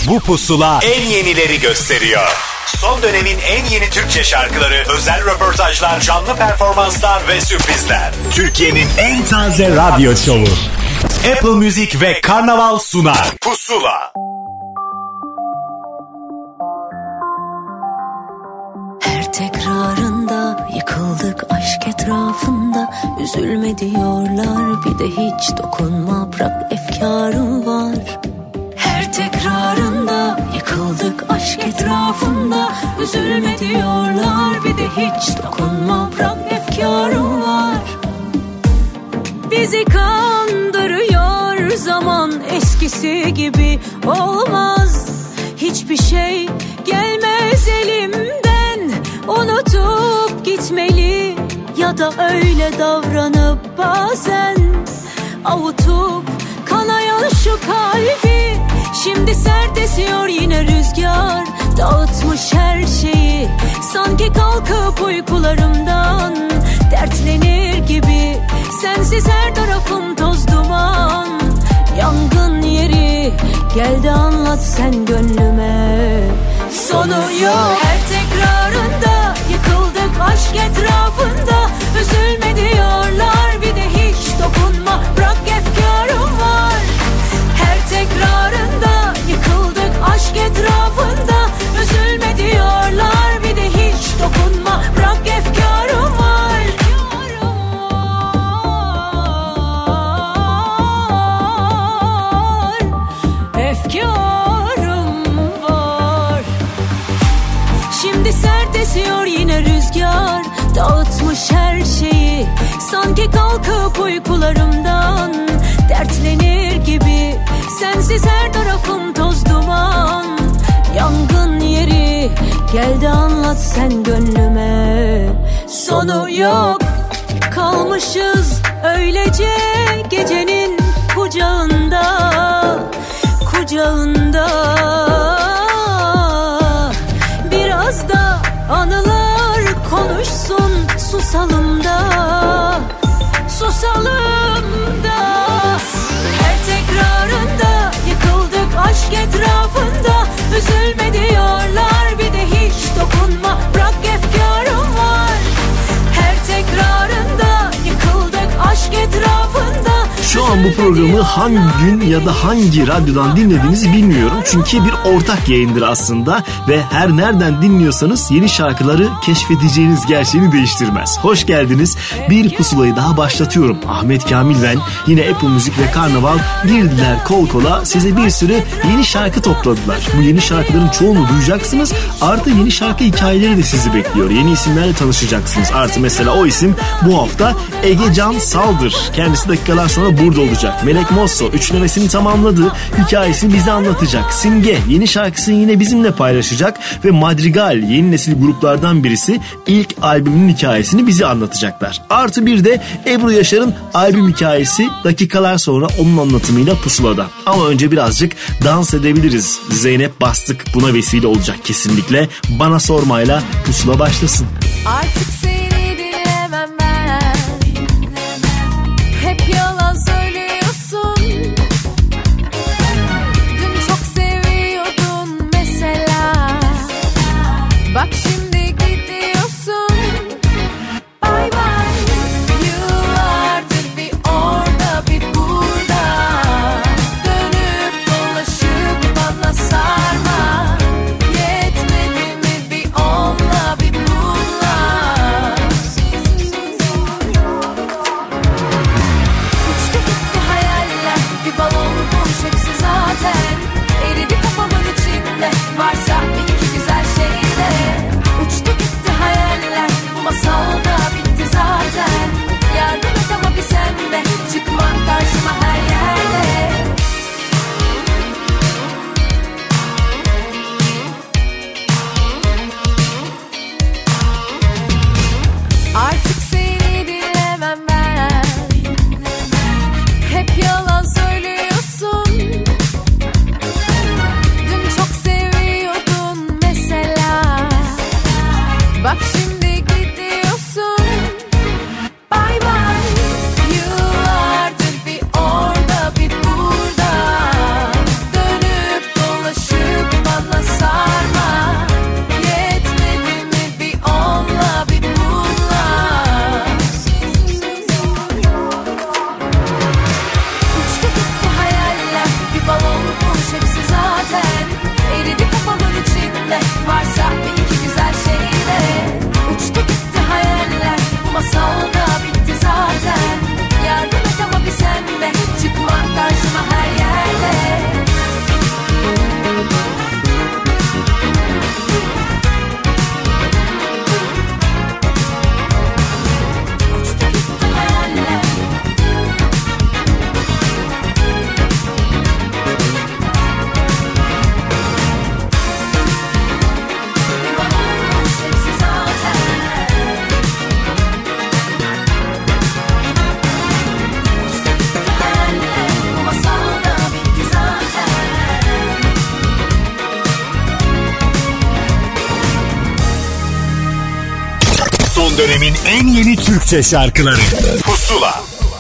Bu pusula en yenileri gösteriyor. Son dönemin en yeni Türkçe şarkıları, özel röportajlar, canlı performanslar ve sürprizler. Türkiye'nin en taze radyo şovu. Apple Music ve Karnaval sunar. Pusula. Her tekrarında yıkıldık aşk etrafında. Üzülme diyorlar, bir de hiç dokunma, bırak efkarım var. Her tekrarında yıkıldık aşk etrafında. Üzülme diyorlar, bir de hiç dokunma, bırak efkarım var. Bizi kandırıyor zaman, eskisi gibi olmaz. Hiçbir şey gelmez elimden, unutup gitmeli ya da öyle davranıp bazen avutup kanayan şu kalbi. Şimdi sert esiyor yine rüzgar, dağıtmış her şeyi. Sanki kalkıp uykularımdan dertlenir gibi. Sensiz her tarafım toz duman, yangın yeri. Gel de anlat sen gönlüme, sonu yok. Her tekrarında yıkıldık aşk etrafında. Üzülme diyorlar, bir de hiç dokunma, bırak efkarım var. Her tekrarında yıkıldık aşk etrafında. Üzülme diyorlar, bir de hiç dokunma, bırak efkarım var. Efkarım var. Şimdi sert esiyor yine rüzgar, dağıtmış her şeyi. Sanki kalkıp uykularımdan dertlenir gibi. Sensiz her tarafım toz duman, yangın yeri. Gel de anlat sen gönlüme, sonu yok. Kalmışız öylece gecenin kucağında, kucağında. Biraz da anılar konuşsun, susalım da, susalım da. Her tekrarında yıkıldık aşk etrafında. Üzülme diyorlar, bir de hiç dokunma, bırak efkarım var. Her tekrarında yıkıldık aşk etrafında. Şu an bu programı hangi gün ya da hangi radyodan dinlediğinizi bilmiyorum. Çünkü bir ortak yayındır aslında. Ve her nereden dinliyorsanız yeni şarkıları keşfedeceğiniz gerçeğini değiştirmez. Hoş geldiniz. Bir pusulayı daha başlatıyorum. Ahmet Kamil ben. Yine Apple Music ve Karnaval girdiler kol kola. Size bir sürü yeni şarkı topladılar. Bu yeni şarkıların çoğunu duyacaksınız. Artı yeni şarkı hikayeleri de sizi bekliyor. Yeni isimlerle tanışacaksınız. Artı mesela o isim bu hafta Egecan Saldır. Kendisi dakikalar sonra burada olacak. Melek Mosso üçlemesini tamamladı. Hikayesini bize anlatacak. Simge yeni şarkısını yine bizimle paylaşacak. Ve Madrigal yeni nesil gruplardan birisi ilk albümünün hikayesini bize anlatacaklar. Artı bir de Ebru Yaşar'ın albüm hikayesi dakikalar sonra onun anlatımıyla pusulada. Ama önce birazcık dans edebiliriz. Zeynep Bastık buna vesile olacak kesinlikle. Bana sormayla pusula başlasın. Artık seni dinlemem ben. Hep yalan söylüyorsun. Dün çok seviyordun mesela. Bak şimdi gidiyorsun. Bye bye. Yıllardır bir orada bir burada. Dönüp dolaşıp bana sarma. Yetmedi mi bir onunla bir bununla. Son dönemin en yeni Türkçe şarkıları Pusula.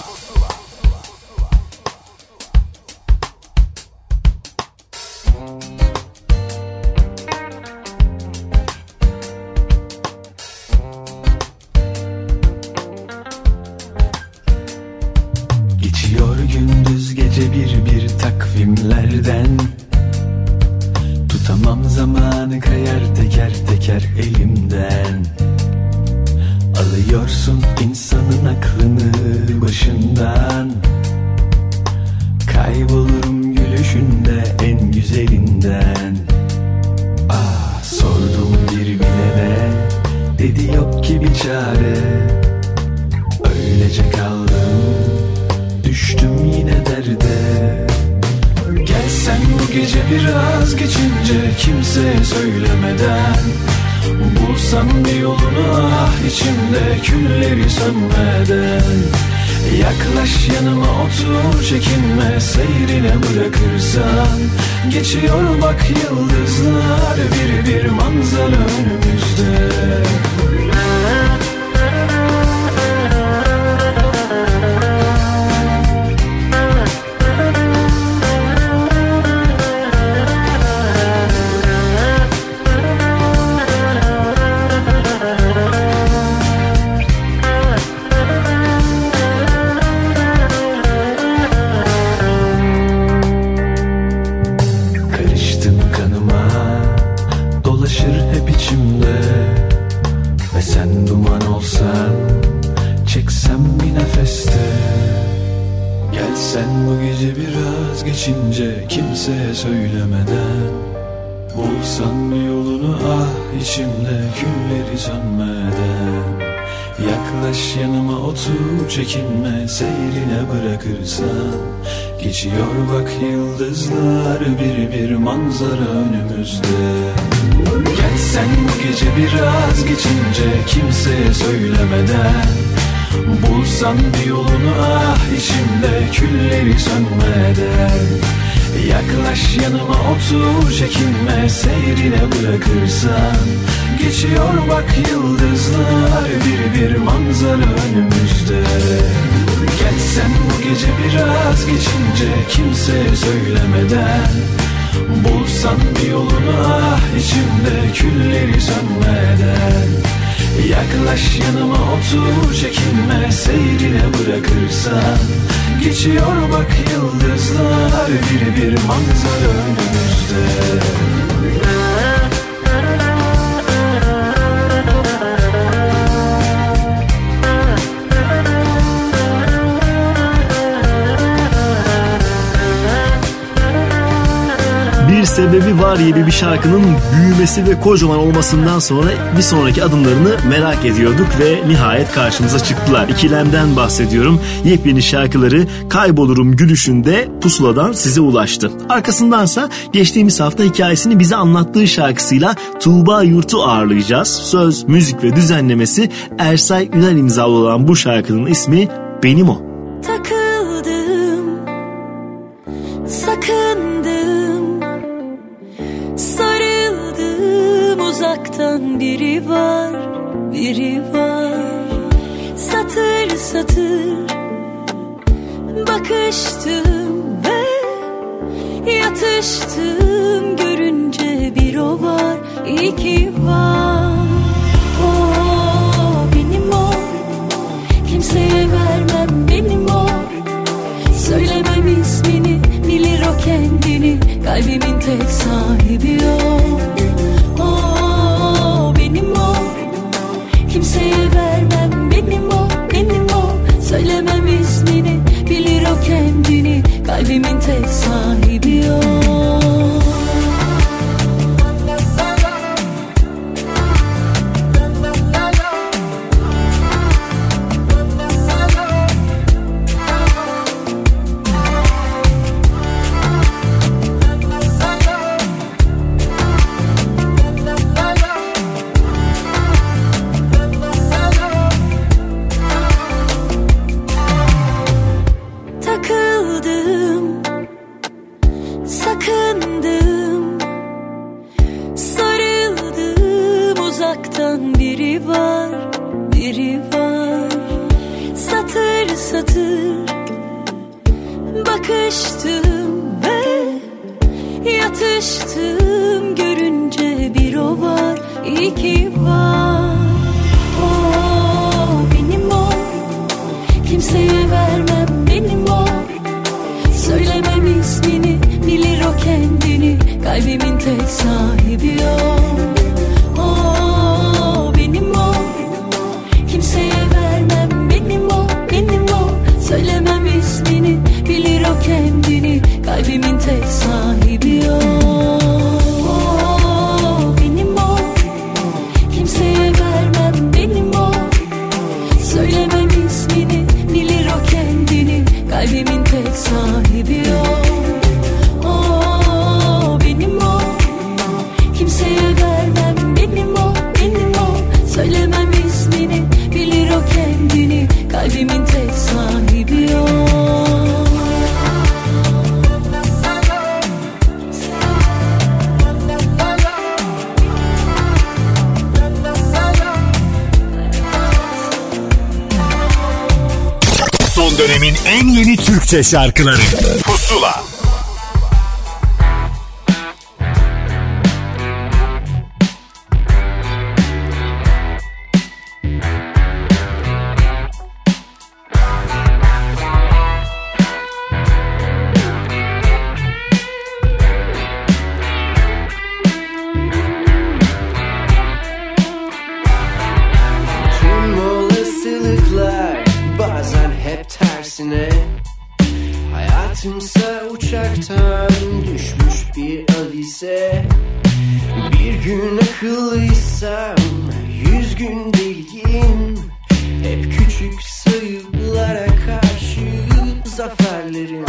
Geçiyor gündüz gece bir takvimlerden. Tutamam zamanı kayar teker teker elimden. Alıyorsun insanın aklını başından. Kaybolurum gülüşünde en güzelinden. Ah, sordum bir bilene, dedi yok ki bir çare. Öylece kaldım, düştüm yine derde. Gelsen bu gece biraz geçince, kimseye söylemeden. Bulsam bir yolunu ah içimde külleri sönmeden. Yaklaş yanıma otur çekinme, seyrine bırakırsan. Geçiyor bak yıldızlar, bir manzara önümüzde. Kimseye söylemeden. Bulsan bir yolunu ah içimde külleri sönmeden. Yaklaş yanıma otur çekinme, seyrine bırakırsan. Geçiyor bak yıldızlar, bir manzara önümüzde. Gelsen bu gece biraz geçince, kimseye söylemeden. Bulsan bir yolunu ah içimde külleri sönmeden. Yaklaş yanıma otur çekinme, seyrine bırakırsan. Geçiyor bak yıldızlar, bir manzara önümüzde. Gelsen bu gece biraz geçince, kimseye söylemeden. Bulsan bir yolunu ah içimde külleri sönmeden. Yaklaş yanıma otur çekinme, seyrine bırakırsan. Geçiyor bak yıldızlar, bir manzara önümüzde. Bir sebebi var gibi bir şarkının büyümesi ve kocaman olmasından sonra bir sonraki adımlarını merak ediyorduk ve nihayet karşımıza çıktılar. İkilemden bahsediyorum. Yepyeni şarkıları Kaybolurum Gülüşünde Pusula'dan size ulaştı. Arkasındansa geçtiğimiz hafta hikayesini bize anlattığı şarkısıyla Tuğba Yurt'u ağırlayacağız. Söz, müzik ve düzenlemesi Ersay Ünal imzalı olan bu şarkının ismi Benim O. Takıldım, sakındım, sarıldım, uzaktan biri var, biri var. Satır satır bakıştım ve yatıştım, görünce bir o var, iki var. O benim o, kimseye vermem benim o. Söylemem ismini, bilir o kendini, kalbimin tek sahibi o. O benim o, kimseye vermem benim o, benim o. Söylemem ismini, bilir o kendini, kalbimin tek sahibi o. biri var. Satır satır bakıştım ve yatıştım, görünce bir o var, iki var. O benim o, kimseye vermem benim o. Söylemem ismini, bilir o kendini, kalbimin tek sahibi o. O benim o, kimseye vermem benim o, benim o. Söylemem ismini, bilir o kendini, kalbimin tek sahibi o. O benim o, kimseye vermem benim o. Söylemem ismini, bilir o kendini, kalbimin tek sahibi o. O benim o, kimseye vermem benim o, benim o. Söylemem ismini, bilir o kendini, kalbimin tek sahibi o. Son dönemin en yeni Türkçe şarkıları Pusula. Hayatımsa uçaktan düşmüş bir alize. Bir gün akıllıysam 100 gün deliyim. Hep küçük sayılara karşı zaferlerim.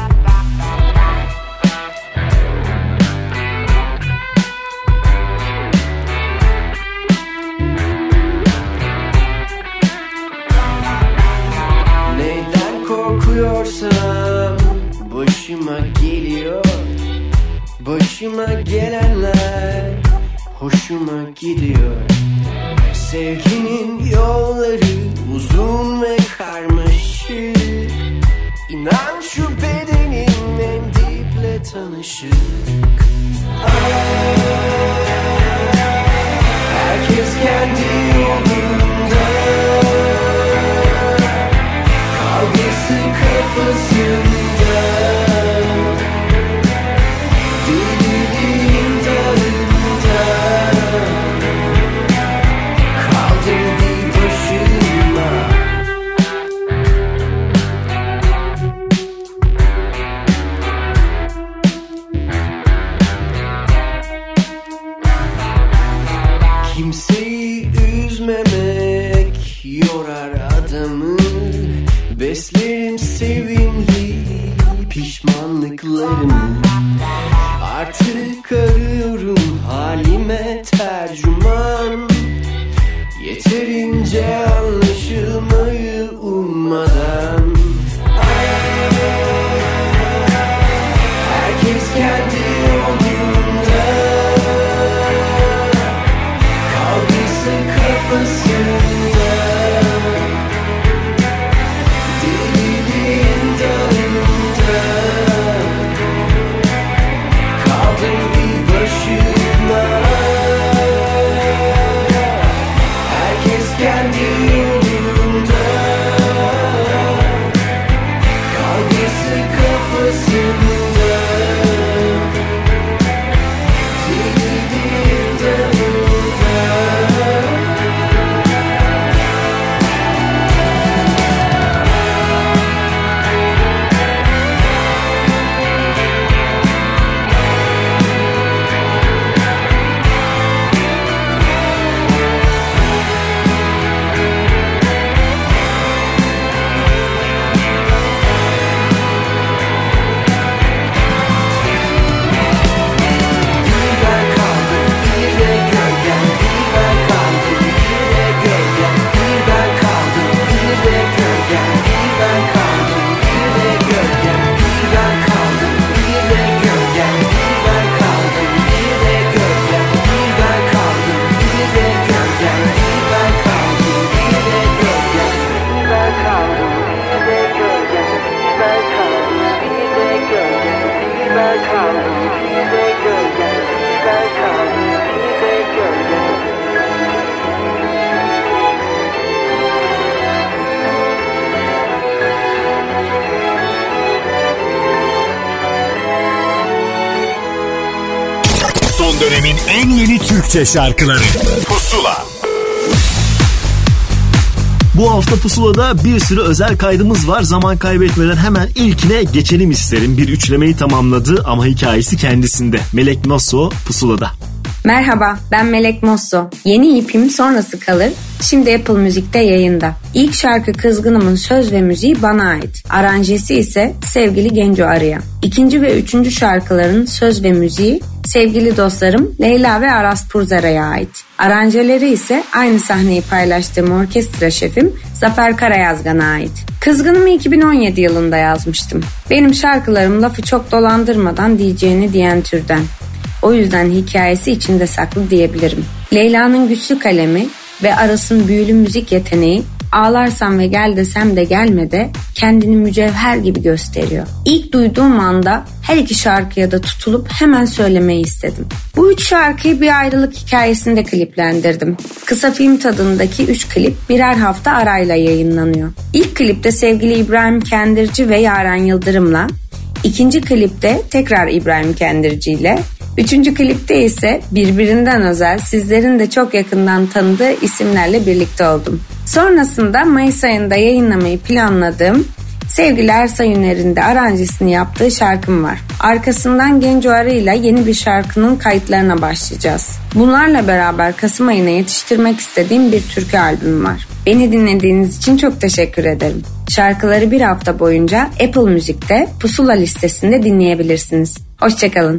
Neyden korkuyorsam başıma geliyor. Başıma gelenler hoşuma gidiyor. Sevginin yolları uzun ve karmaşık. İnan şu bedenin en diple tanışık. Herkes kendi yolunda, kavgası kafasında. Deliliğin dağında kaldım bir başıma. Kimseyi üzmemek yorar adamı. Beslerim sevimli pişmanlıklarımı. Artık arıyorum halime tercüman. Yeterince anlaşılmayı ummadan. Herkes kendi yolunda, kavgası kafasında. Deliliğin dağında kaldım bir başıma. Herkes kendi Son dönemin en yeni Türkçe şarkıları Pusula. Bu hafta Pusula'da bir sürü özel kaydımız var. Zaman kaybetmeden hemen ilkine geçelim isterim. Bir üçlemeyi tamamladı ama hikayesi kendisinde. Melek Mosso Pusula'da. Merhaba, ben Melek Mosso. Yeni ipim Sonrası Kalır, şimdi Apple Müzik'te yayında. İlk şarkı Kızgınım'ın söz ve müziği bana ait. Aranjesi ise sevgili Genco Arı'ya. İkinci ve üçüncü şarkıların söz ve müziği sevgili dostlarım Leyla ve Aras Purzara'ya ait. Aranjeleri ise aynı sahneyi paylaştığım orkestra şefim Zafer Karayazgan'a ait. Kızgınım'ı 2017 yılında yazmıştım. Benim şarkılarım lafı çok dolandırmadan diyeceğini diyen türden. O yüzden hikayesi içinde saklı diyebilirim. Leyla'nın güçlü kalemi ve Aras'ın büyülü müzik yeteneği ağlarsam ve gel desem de gelmede kendini mücevher gibi gösteriyor. İlk duyduğum anda her iki şarkıya da tutulup hemen söylemeyi istedim. Bu üç şarkıyı bir ayrılık hikayesinde kliplendirdim. Kısa film tadındaki 3 klip birer hafta arayla yayınlanıyor. İlk klipte sevgili İbrahim Kendirci ve Yaren Yıldırım'la, ikinci klipte tekrar İbrahim Kendirci ile, üçüncü klipte ise birbirinden özel, sizlerin de çok yakından tanıdığı isimlerle birlikte oldum. Sonrasında Mayıs ayında yayınlamayı planladığım sevgili Ersay Üner'in de aranjesini yaptığı şarkım var. Arkasından Genco Arı ile yeni bir şarkının kayıtlarına başlayacağız. Bunlarla beraber Kasım ayına yetiştirmek istediğim bir türkü albümüm var. Beni dinlediğiniz için çok teşekkür ederim. Şarkıları bir hafta boyunca Apple Müzik'te Pusula listesinde dinleyebilirsiniz. Hoşçakalın.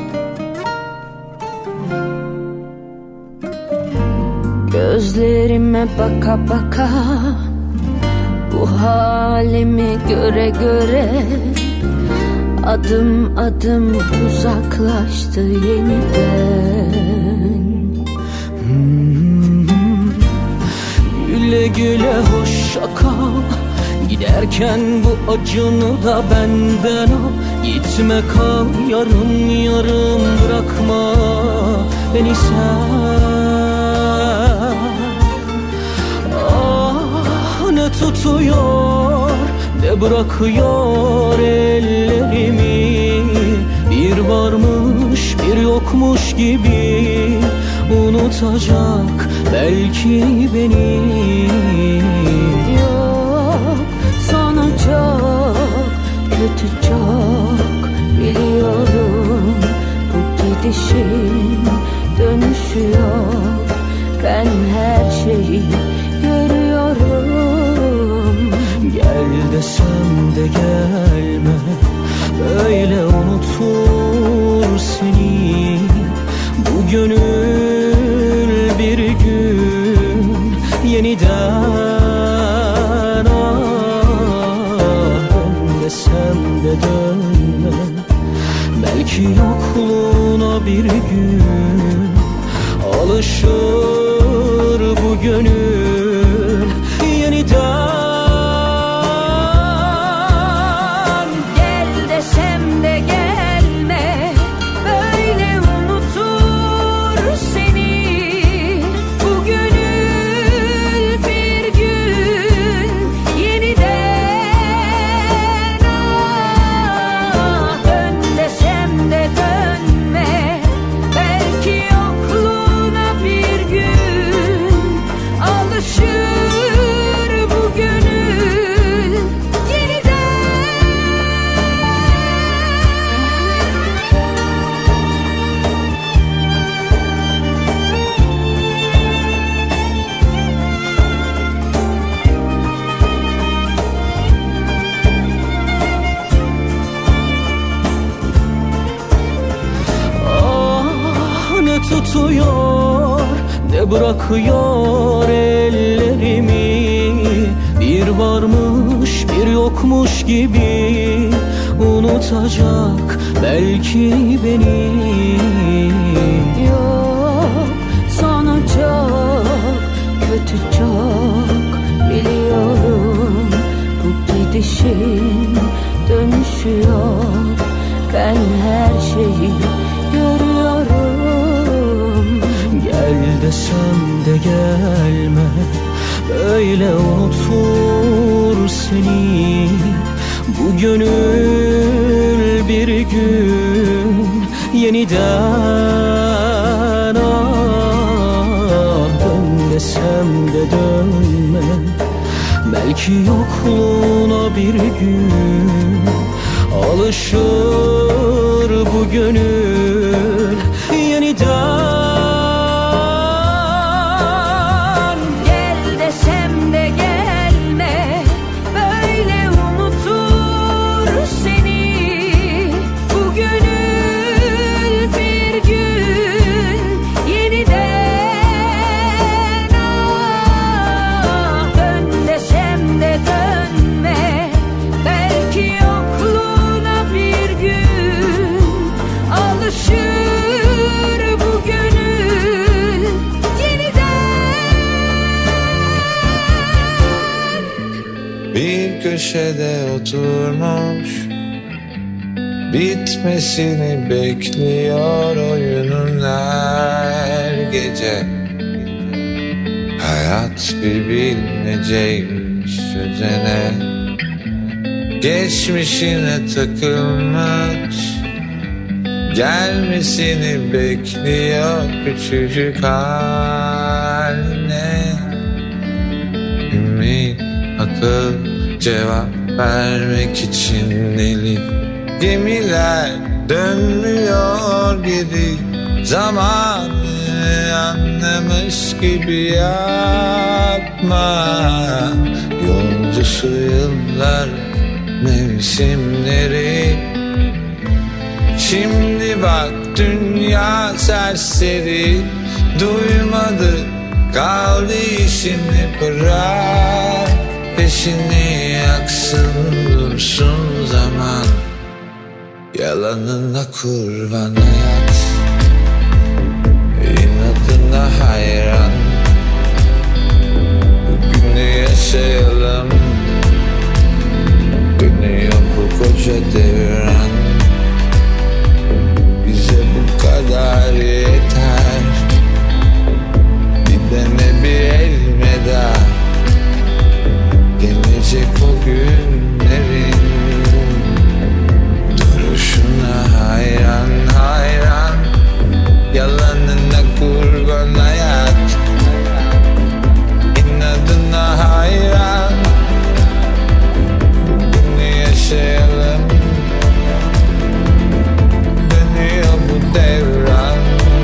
Gözlerime baka baka, bu halimi göre göre, adım adım uzaklaştı yeniden. Güle güle hoşça kal, giderken bu acını da benden al. Gitme kal yarım yarım, bırakma beni sen. Ne tutuyor ne bırakıyor ellerimi, bir varmış bir yokmuş gibi unutacak belki beni. Yok, sonu çok kötü, çok biliyorum. Bu gidişin dönüşü yok, ben her şeyi görüyorum. Gel desem de gelme, böyle unutur seni. Bu gönül bir gün yeniden dön desem de dönme. Belki yokluğuna bir gün alışır bu gönül yeniden. Tutuyor ne bırakıyor ellerimi, bir varmış bir yokmuş gibi unutacak belki beni. Yok, sonu çok kötü, çok biliyorum. Bu gidişin dönüşü yok, ben her şeyi görüyorum. Gel desem de gelme, böyle unutur seni. Bu gönül bir gün yeniden desem de dönmem. Belki yokluğuna bir gün alışır bu gönül yeniden. Gel desem de gelme, böyle unutur seni bu gönül bir gün yeniden. Dön desem de dönme, belki yokluğuna bir gün alışır bu gönül yeniden. Bir köşede oturmuş, bitmesini bekliyor oyunun her gece. Hayat bir bilmeceymiş çözene, geçmişine takılmış, gelmesini bekliyor küçücük haline. Ümit, akıl, cevap vermek için deli gemiler dönmüyor geri. Zamanı anlamış gibi yapma, yolcusu yıllar mevsimleri. Şimdi bak dünya serseri, duymadı kaldı işini, bırak peşini yaksın dursun zaman. Yalanına kurban hayat, inadına hayran. Bugünü yaşayalım, dönüyor bu koca devran. Bize bu kadar yeter, bir dene bir elveda. Gelecek o günlerin duruşuna hayran hayran. Yalanına kurban hayat, inadına hayran. Bugünü yaşayalım, dönüyor bu devran.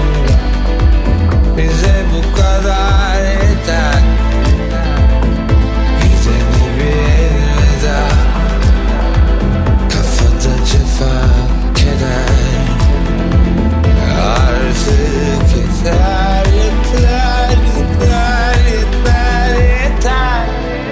Bize bu kadar yeter, gidene bir elveda. Kafada cefa keder, artık yeter yeter yeter yeter yeter.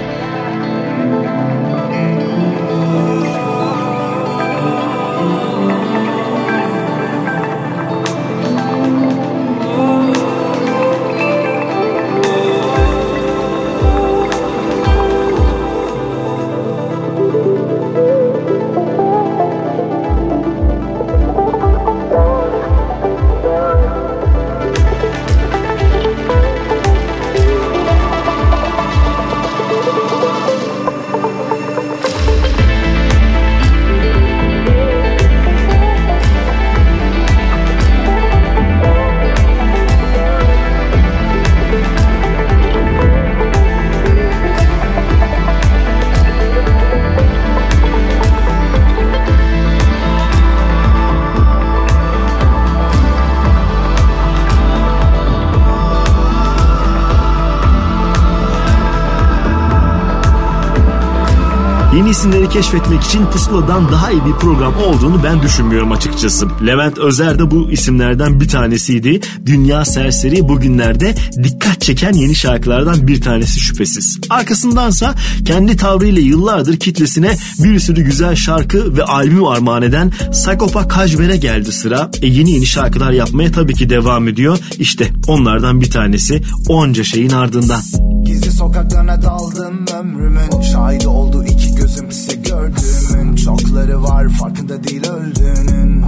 Yeni isimleri keşfetmek için Pusula'dan daha iyi bir program olduğunu ben düşünmüyorum açıkçası. Levent Özer de bu isimlerden bir tanesiydi. Dünya serseri bugünlerde dikkat çeken yeni şarkılardan bir tanesi şüphesiz. Arkasındansa kendi tavrıyla yıllardır kitlesine bir sürü güzel şarkı ve albüm armağan eden Sagopa Kajmer'e geldi sıra. Yeni şarkılar yapmaya tabii ki devam ediyor. İşte onlardan bir tanesi onca şeyin ardından. Gizli sokaklarına daldım ömrümün, şahidi oldu iki gözüm ise gördüğümün. Çokları var farkında değil öldüğünün.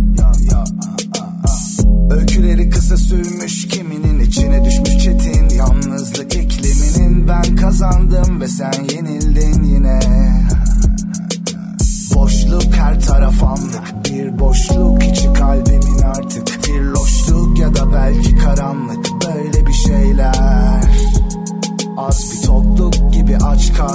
Öyküleri kısa sürmüş, kiminin içine düşmüş çetin yalnızlık ikliminin. Ben kazandım ve sen yenildin yine. Boşluk her taraf anlık, bir boşluk içi kalbimin artık. Bir loşluk ya da belki karanlık, böyle bir şeyler.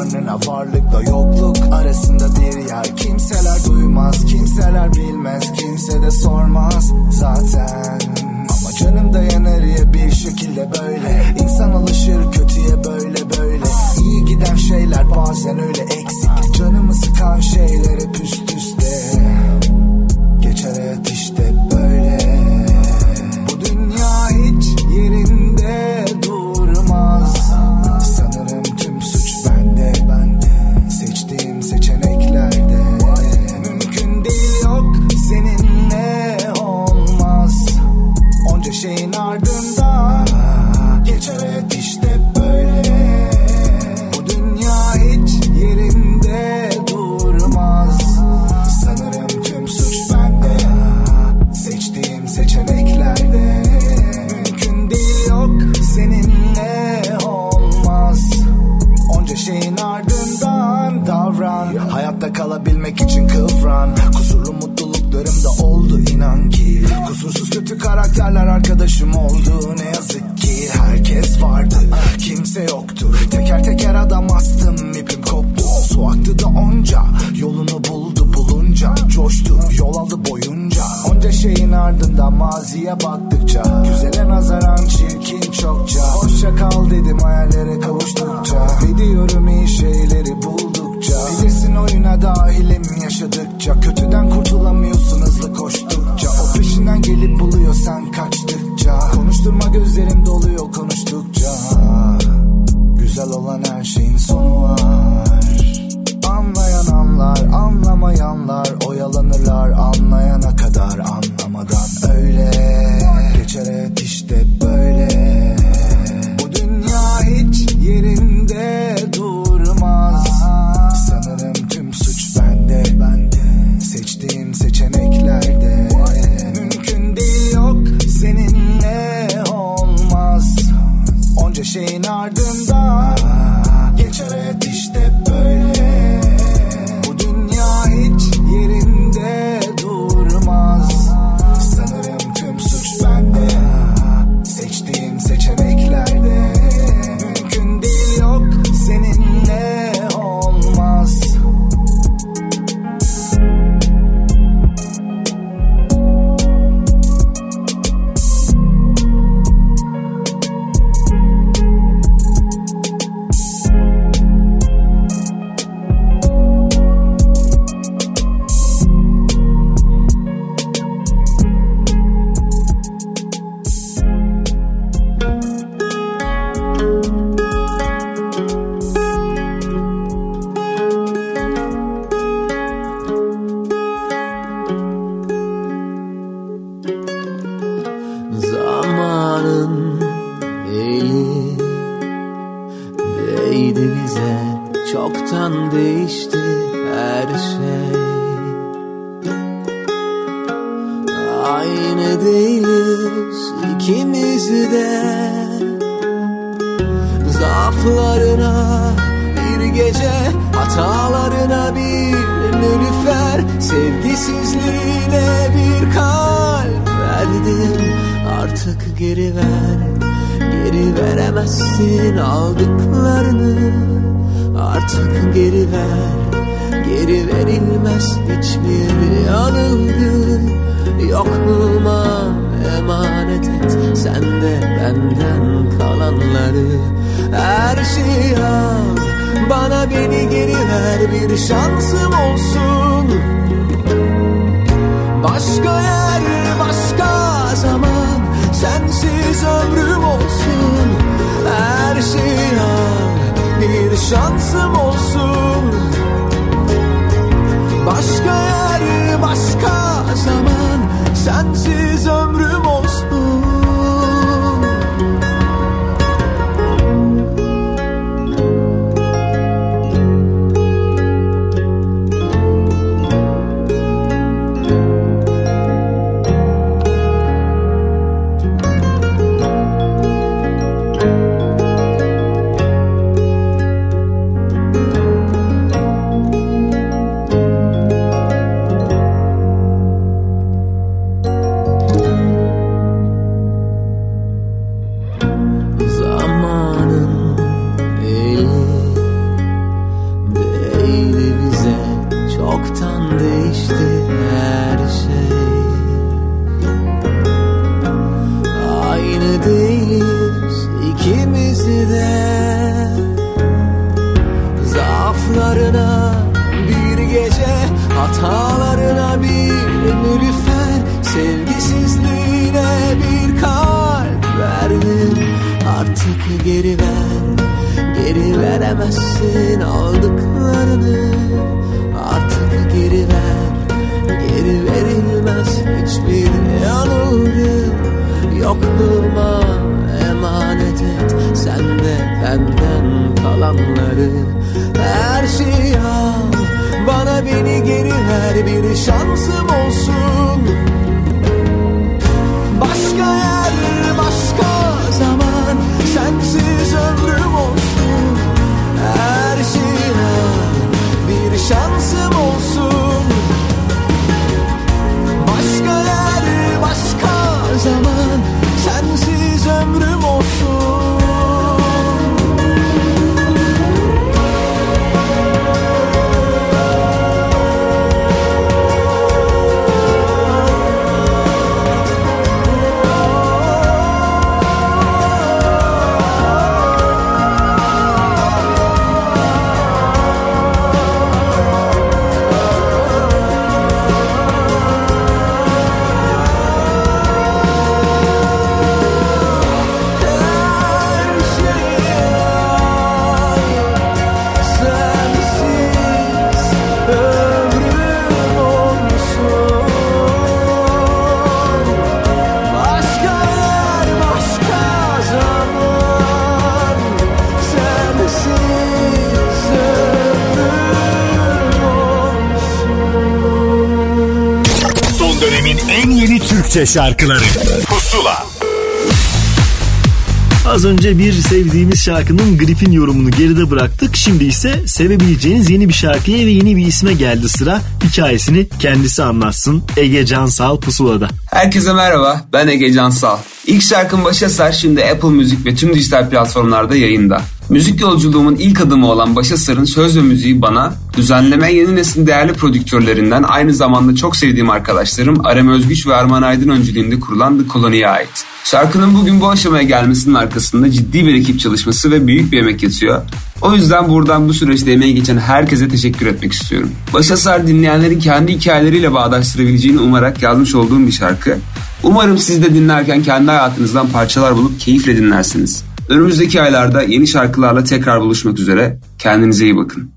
karnına varlıkla yokluk arasında bir yer. Kimseler duymaz, kimseler bilmez, kimse de sormaz zaten. Ama canım dayanır ya bir şekilde böyle. İnsan alışır kötüye böyle böyle. İyi giden şeyler bazen öyle eksik. Canımı sıkan şeyler hep üst üste. Geçer hayat işte böyle. Bu dünya hiç yerinde durmaz. Sanırım tüm suç bende. Seçtiğim seçeneklerde. Mümkün değil yok seninle olmaz. Onca şeyin ardından geçer hayat işte böyle. Bu dünya hiç yerinde durmaz. Sanırım tüm suç bende. Seçtiğim seçeneklerde. Mümkün değil yok seninle olmaz. Onca şeyin ardından davran. Hayatta kalabilmek için kıvran. Kusurlu mutluluklarım da oldu inan ki. Kusursuz kötü karakterler arkadaşım oldu. Ne yazık ki herkes vardı, kimse yoktu. Teker teker adam astım, ipim koptu. Su aktı da onca, yolunu bulunca coştu, yol aldı boyunca. Onca şeyin ardından maziye baktıkça güzele nazaran çirkin çokça. Hoşça kal dedim hayallere kavuştukça. Biliyorum iyi şeyleri buldukça. Bilirsin oyuna dahilim yaşadıkça. Kötüden kurtulamıyorsun hızlı koştukça. O peşinden gelip buluyor sen kaçtıkça. Konuşturma gözlerim doluyor konuştukça. Güzel olan her şeyin sonu var. Anlayan anlar, anlamayanlar oyalanırlar anlayana kadar, anlamadan öyle. Geçer hayat işte böyle. Bu dünya hiç yerinde durmaz. Sanırım tüm suç bende. Seçtiğim seçeneklerde. Mümkün değil yok seninle olmaz. Onca şeyin ardından geçer hayat işte böyle. Bu dünya hiç yerinde durmaz. Sanırım tüm suç bende. Seçtiğim seçeneklerde. Mümkün değil yok seninle olmaz. Zamanın eli değdi bize, çoktan değişti her şey. Aynı değiliz ikimiz de. Zaaflarına bir gece, hatalarına bir nilüfer, sevgisizliğine bir kalp verdim. Artık geri veremezsin aldıklarını. Artık geri verilmez hiçbir yanılgı. Yokluğuma emanet et sen de benden kalanları. Her şeyi al, bana beni geri ver, bir şansım olsun. Başka yer, başka zaman, sensiz ömrüm olsun. Her şeyi al, bir şansım olsun. Başka yer, başka zaman, sensiz ömrüm olsun. geri ver, geri veremezsin aldıklarını. Artık geri ver, geri verilmez hiçbir yanılgı. Yokluğuma emanet et sen de benden kalanları. Her şeyi al, bana beni geri ver, bir şansım olsun. Başka yer, başka zaman, sensiz ömrüm olsun. Her şeyi al, bir şansım olsun. Başka yer, başka zaman, sensiz ömrüm olsun. Türkçe şarkıları Pusula. Az önce bir sevdiğimiz şarkının Grip'in yorumunu geride bıraktık. Şimdi ise sevebileceğiniz yeni bir şarkıya ve yeni bir isme geldi sıra. Hikayesini kendisi anlatsın. Ege Cansal Pusula'da. Herkese merhaba, ben Ege Cansal. İlk şarkım Başasar şimdi Apple Müzik ve tüm dijital platformlarda yayında. Müzik yolculuğumun ilk adımı olan Başasar'ın söz ve müziği bana, düzenleme yeni neslin değerli prodüktörlerinden aynı zamanda çok sevdiğim arkadaşlarım Arem Özgüç ve Arman Aydın öncülüğünde kurulan The Colony'ye ait. Şarkının bugün bu aşamaya gelmesinin arkasında ciddi bir ekip çalışması ve büyük bir emek yatıyor. O yüzden buradan bu süreçte emeği geçen herkese teşekkür etmek istiyorum. Başasar dinleyenlerin kendi hikayeleriyle bağdaştırabileceğini umarak yazmış olduğum bir şarkı. Umarım siz de dinlerken kendi hayatınızdan parçalar bulup keyifle dinlersiniz. Önümüzdeki aylarda yeni şarkılarla tekrar buluşmak üzere. Kendinize iyi bakın.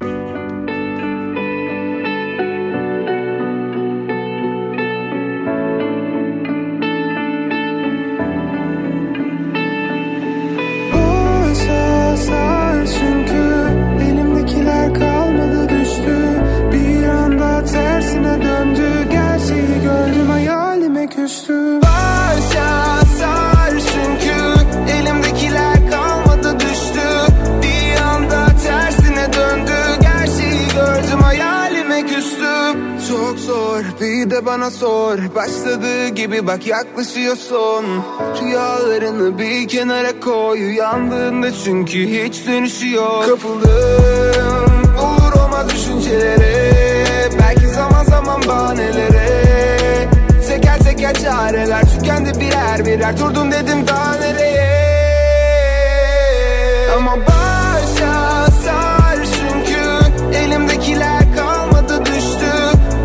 Bana sor, başladığı gibi bak yaklaşıyorsun. Rüyalarını bir kenara koy, uyandığında çünkü hiç dönüşü yok. Kapıldım olur olmaz düşüncelere, belki zaman zaman bahanelere. Teker teker çareler tükendi birer birer, durdum dedim daha nereye. Ama başa sar çünkü elimdekiler kalmadı düştü.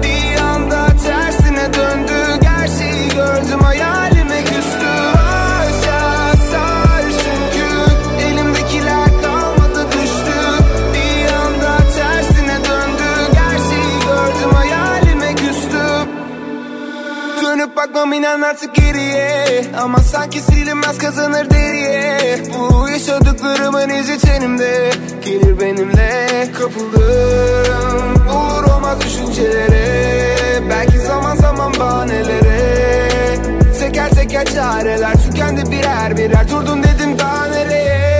Döndü gerçeği gördüm hayalime küstü. Başa sar çünkü elimdekiler kalmadı düştü. Bir anda tersine döndü gerçeği gördüm hayalime küstü. Dönüp bakmam inan artık geriye, ama sanki silinmez kazanır deriye. Bu yaşadıklarımın izi tenimde, gelir benimle. Kapıldım olur olmaz düşüncelere, belki zaman zaman bahanelere. Teker teker çareler tükendi birer birer, durdum dedim daha nereye.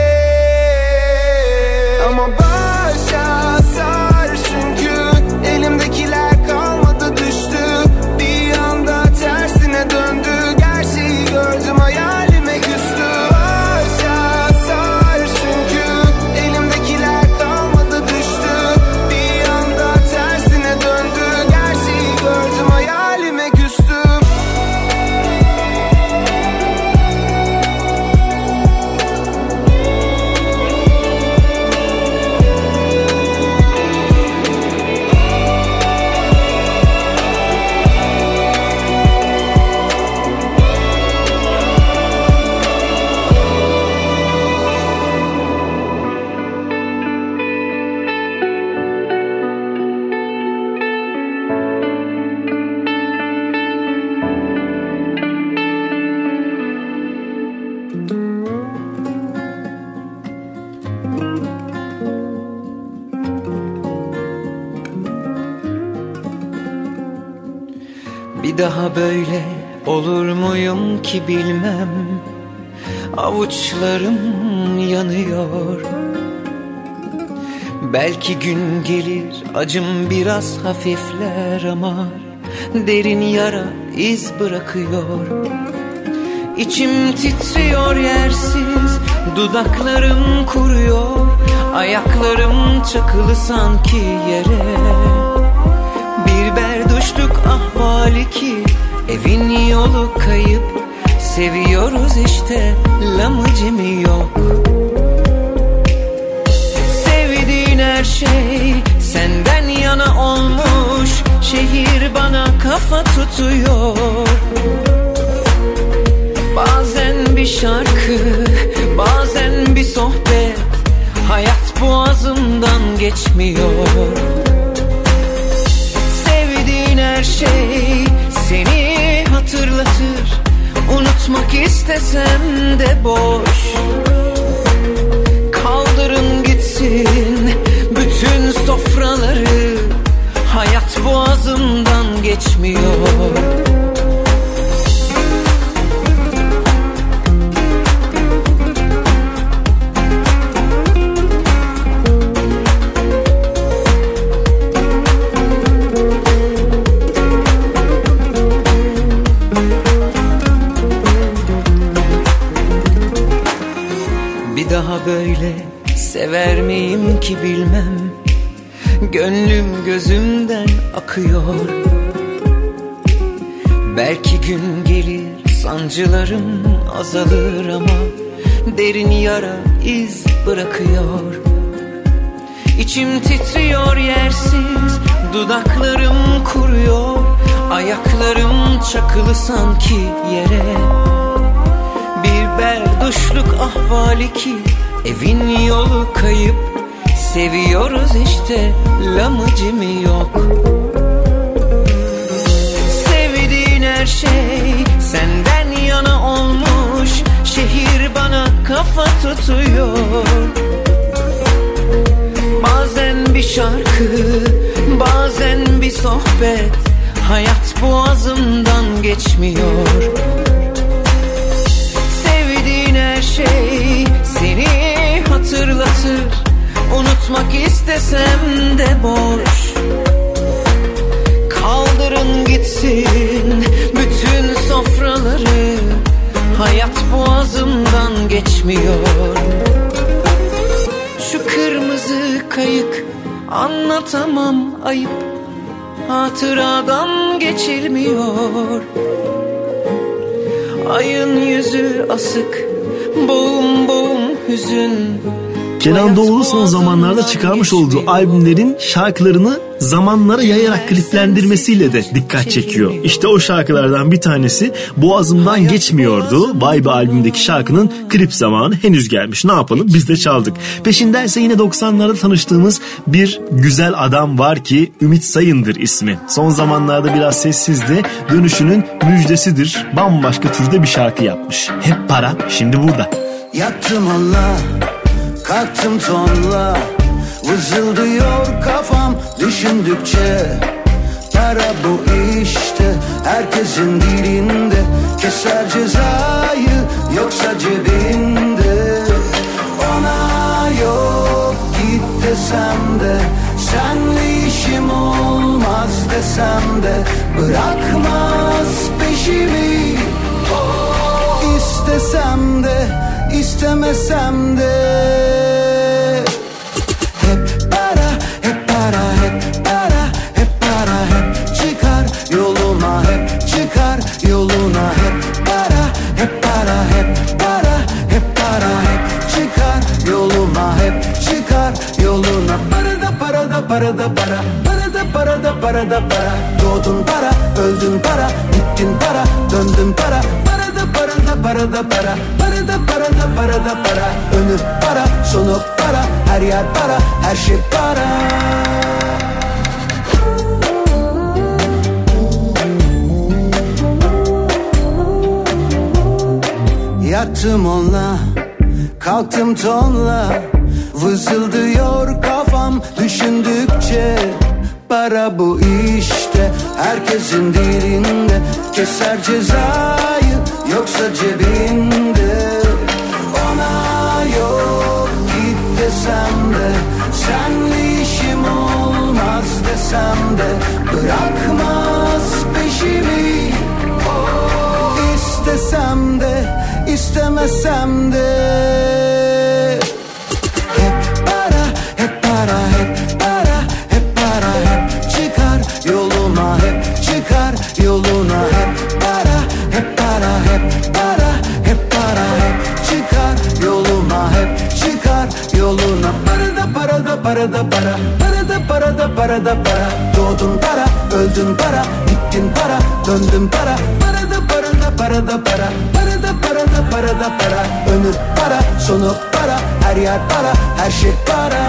Ama başa sar çünkü elimdekiler kalmadı düştü. Bir anda tersine döndü gerçeği gördüm hayalime küstü. Başa sar çünkü elimdekiler kalmadı düştü. Bir anda tersine döndü gerçeği gördüm hayalime küstüm. Bir daha böyle olur muyum ki bilmem. Avuçlarım yanıyor. Belki gün gelir acım biraz hafifler ama derin yara iz bırakıyor. İçim titriyor yersiz, dudaklarım kuruyor. Ayaklarım çakılı sanki yere. Bir berduşluk ahvali ki evin yolu kayıp. Seviyoruz işte, lamıcımı yok. Sevdiğin her şey senden yana olmuş. Şehir bana kafa tutuyor. Bazen bir şarkı, bazen bir sohbet. Hayat boğazımdan geçmiyor. Sevdiğin her şey seni hatırlatır. Unutmak istesem de boş. Kaldırın gitsin bütün sofraları. Hayat boğazımdan geçmiyor. Bir daha böyle sever miyim ki bilmem. Gönlüm gözümden akıyor. Belki gün gelir sancılarım azalır ama derin yara iz bırakıyor. İçim titriyor yersiz, dudaklarım kuruyor. Ayaklarım çakılı sanki yere. Bir berduşluk ahvali ki evin yolu kayıp. Seviyoruz işte, lamıcımı yok. Sevdiğin her şey senden yana olmuş. Şehir bana kafa tutuyor. Bazen bir şarkı, bazen bir sohbet. Hayat boğazımdan geçmiyor. Sevdiğin her şey seni hatırlatır. Unutmak istesem de boş. Kaldırın gitsin bütün sofraları. Hayat boğazımdan geçmiyor. Şu kırmızı kayık anlatamam ayıp. Hatıradan geçilmiyor. Ayın yüzü asık, boğum boğum hüzün. Kenan Doğulu son zamanlarda çıkarmış olduğu albümlerin şarkılarını zamanlara yayarak kliplendirmesiyle de dikkat çekiyor. İşte o şarkılardan bir tanesi Boğazımdan Geçmiyordu. Vay Be albümdeki şarkının klip zamanı henüz gelmiş. Ne yapalım, biz de çaldık. Peşindense yine 90'larda tanıştığımız bir güzel adam var ki Ümit Sayın'dır ismi. Son zamanlarda biraz sessizdi. Dönüşünün müjdesidir. Bambaşka türde bir şarkı yapmış. Hep Para şimdi burada. Yattım Allah, kalktım tonla, vızıldıyor kafam düşündükçe. Para bu işte, herkesin dilinde. Keser cezayı, yoksa cebinde. Ona yok git desem de, senle işim olmaz desem de, bırakmaz peşimi. İstesem de istemesem de. Hep para, hep para, hep para, hep para, hep çıkar yoluma, hep çıkar yoluna. Hep para, hep para, hep para, hep para, hep çıkar yoluma, hep çıkar yoluna. Para da para da para da para, para da para da para da para. Doğdun para, öldün para, gittin para, döndün para. Para da para da para da para, para da para da para da para. Önü para, sonu para, her yer para, her şey para. Yattım onunla, kalktım tonla, vızıldıyor kafam düşündükçe. para bu işte. Herkesin dilinde keser cezayı, yoksa cebinde. Ona yok git desem de, senle işim olmaz desem de, bırakmaz peşimi. İstesem de istemesem de. Hep para, hep para, hep para, hep para, hep çıkar yoluma, hep çıkar yoluna. Hep para, hep para, hep para, hep para, hep çıkar yoluma, hep çıkar yoluna. Para da para da para da para, para da para da para da para. Doğdun para, öldün para, gittin para, döndün para. Para da para da para da para, para da para da para da para. Ömür para, sonu para, her yer para, her şey para.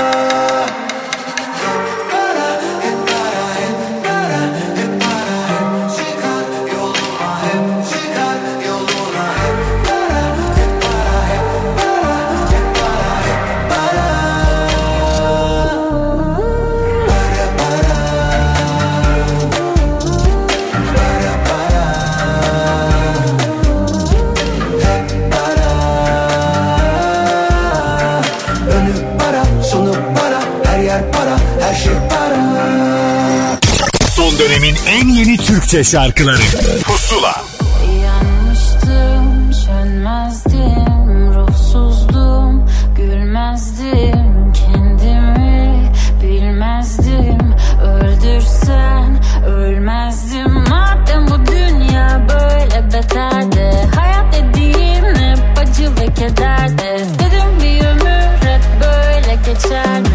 Son dönemin en yeni Türkçe şarkıları Pusula. Yanmıştım, sönmezdim, ruhsuzdum, gülmezdim, kendimi bilmezdim. Öldürsen ölmezdim, madem bu dünya böyle beterdi. Hayat dediğin hep acı ve kederdi. Dedim bir ömür hep böyle geçer mi?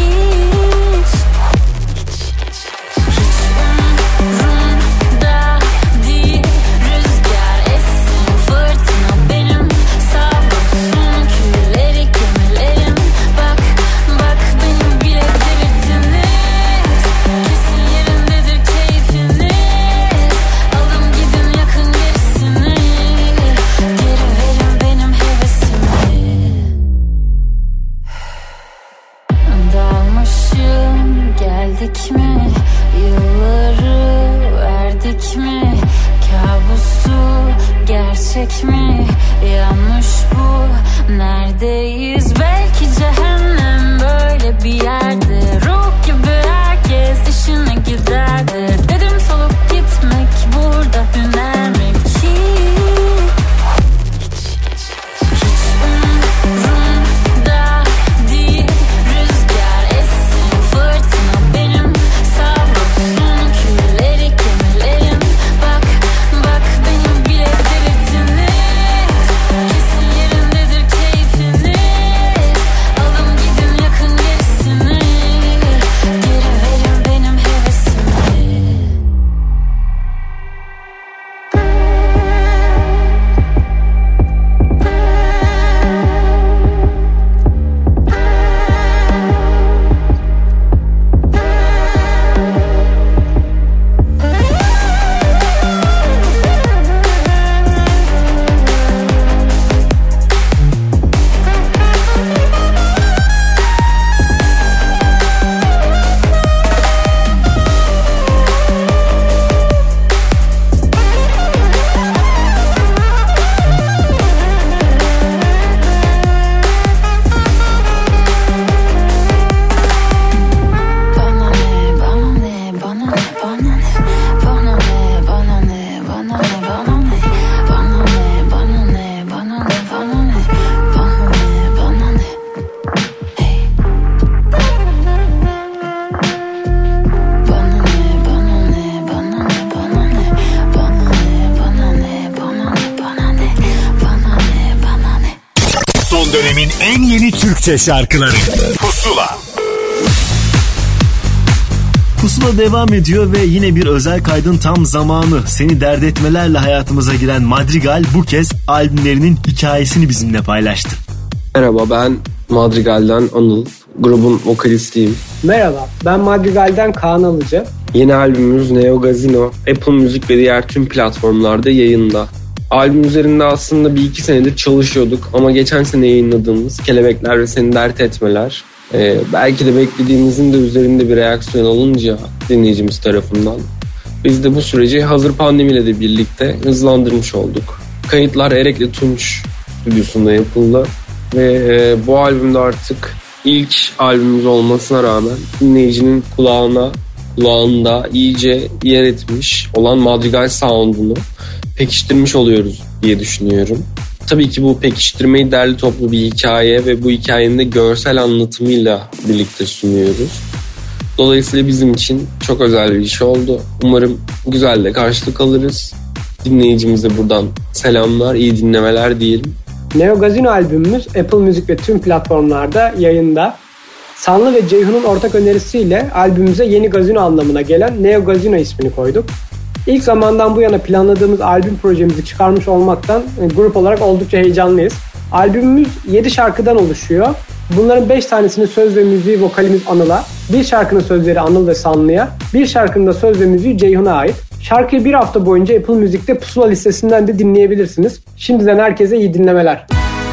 Geldik mi? Yılları verdik mi? Kabusu gerçek mi? Yanlış bu. Neredeyiz? Belki cehennem böyle bir yerde. Ruh gibi herkes işine giderdi. Dedim solup gitmek burada hüner mi ki? Dönemin en yeni Türkçe şarkıları Pusula. Pusula devam ediyor ve yine bir özel kaydın tam zamanı. Seni dert etmelerle hayatımıza giren Madrigal bu kez albümlerinin hikayesini bizimle paylaştı. Merhaba, ben Madrigal'den Anıl, grubun vokalistiyim. Merhaba, ben Madrigal'den Kaan Alıcı. Yeni albümümüz Neo Gazino, Apple Music ve diğer tüm platformlarda yayında. Albüm üzerinde aslında 1-2 senedir çalışıyorduk ama geçen sene yayınladığımız Kelebekler ve Seni Dert Etmeler Belki de beklediğimizin de üzerinde bir reaksiyon alınca dinleyicimiz tarafından biz de bu süreci hazır pandemiyle de birlikte hızlandırmış olduk. Kayıtlar Erekli Tunç stüdyosunda yapıldı ve bu albümde artık ilk albümümüz olmasına rağmen dinleyicinin kulağında iyice yer etmiş olan Madrigal sound'unu pekiştirmiş oluyoruz diye düşünüyorum. Tabii ki bu pekiştirmeyi derli toplu bir hikaye ve bu hikayenin de görsel anlatımıyla birlikte sunuyoruz. Dolayısıyla bizim için çok özel bir iş oldu. Umarım güzel de karşılık alırız. Dinleyicimize buradan selamlar, iyi dinlemeler diyelim. Neo Gazino albümümüz Apple Music ve tüm platformlarda yayında. Sanlı ve Ceyhun'un ortak önerisiyle albümümüze yeni gazino anlamına gelen Neo Gazino ismini koyduk. İlk zamandan bu yana planladığımız albüm projemizi çıkarmış olmaktan grup olarak oldukça heyecanlıyız. Albümümüz 7 şarkıdan oluşuyor. Bunların 5 tanesinin söz ve müziği vokalimiz Anıl'a, bir şarkının sözleri Anıl ve Sanlı'ya, bir şarkının da söz ve müziği Ceyhun'a ait. Şarkıyı bir hafta boyunca Apple Music'te Pusula listesinden de dinleyebilirsiniz. Şimdiden herkese iyi dinlemeler.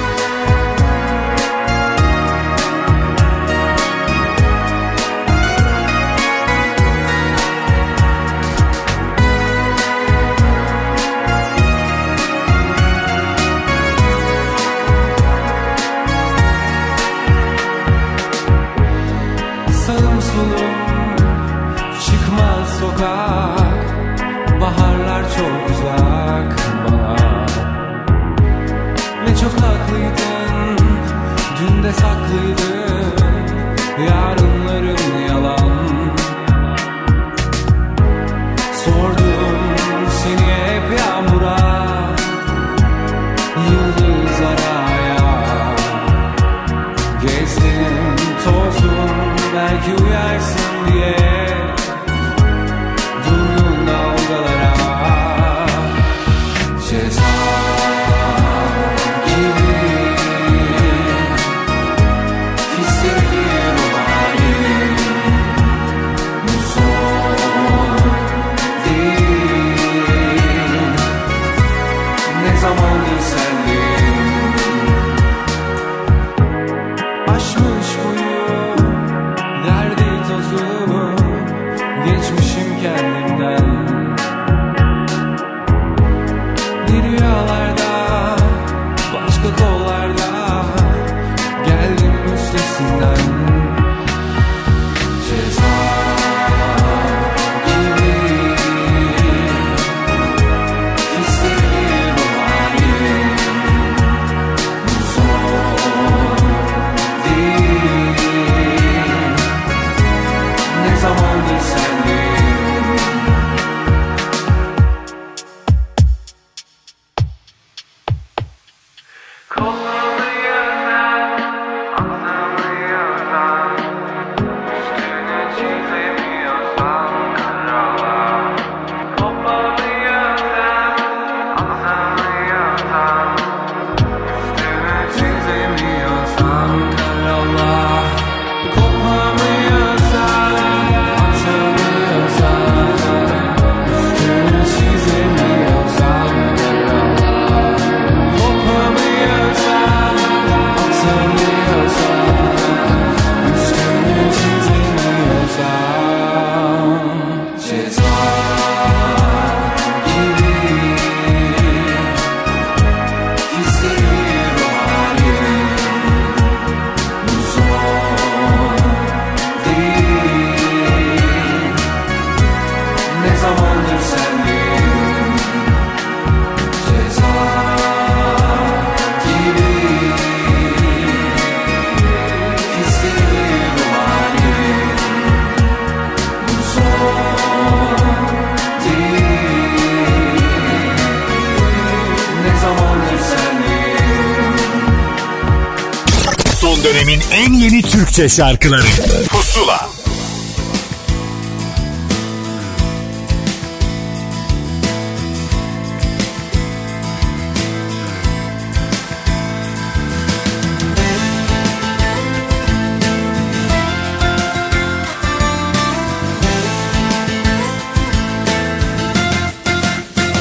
Dönemin en yeni Türkçe şarkıları Pusula.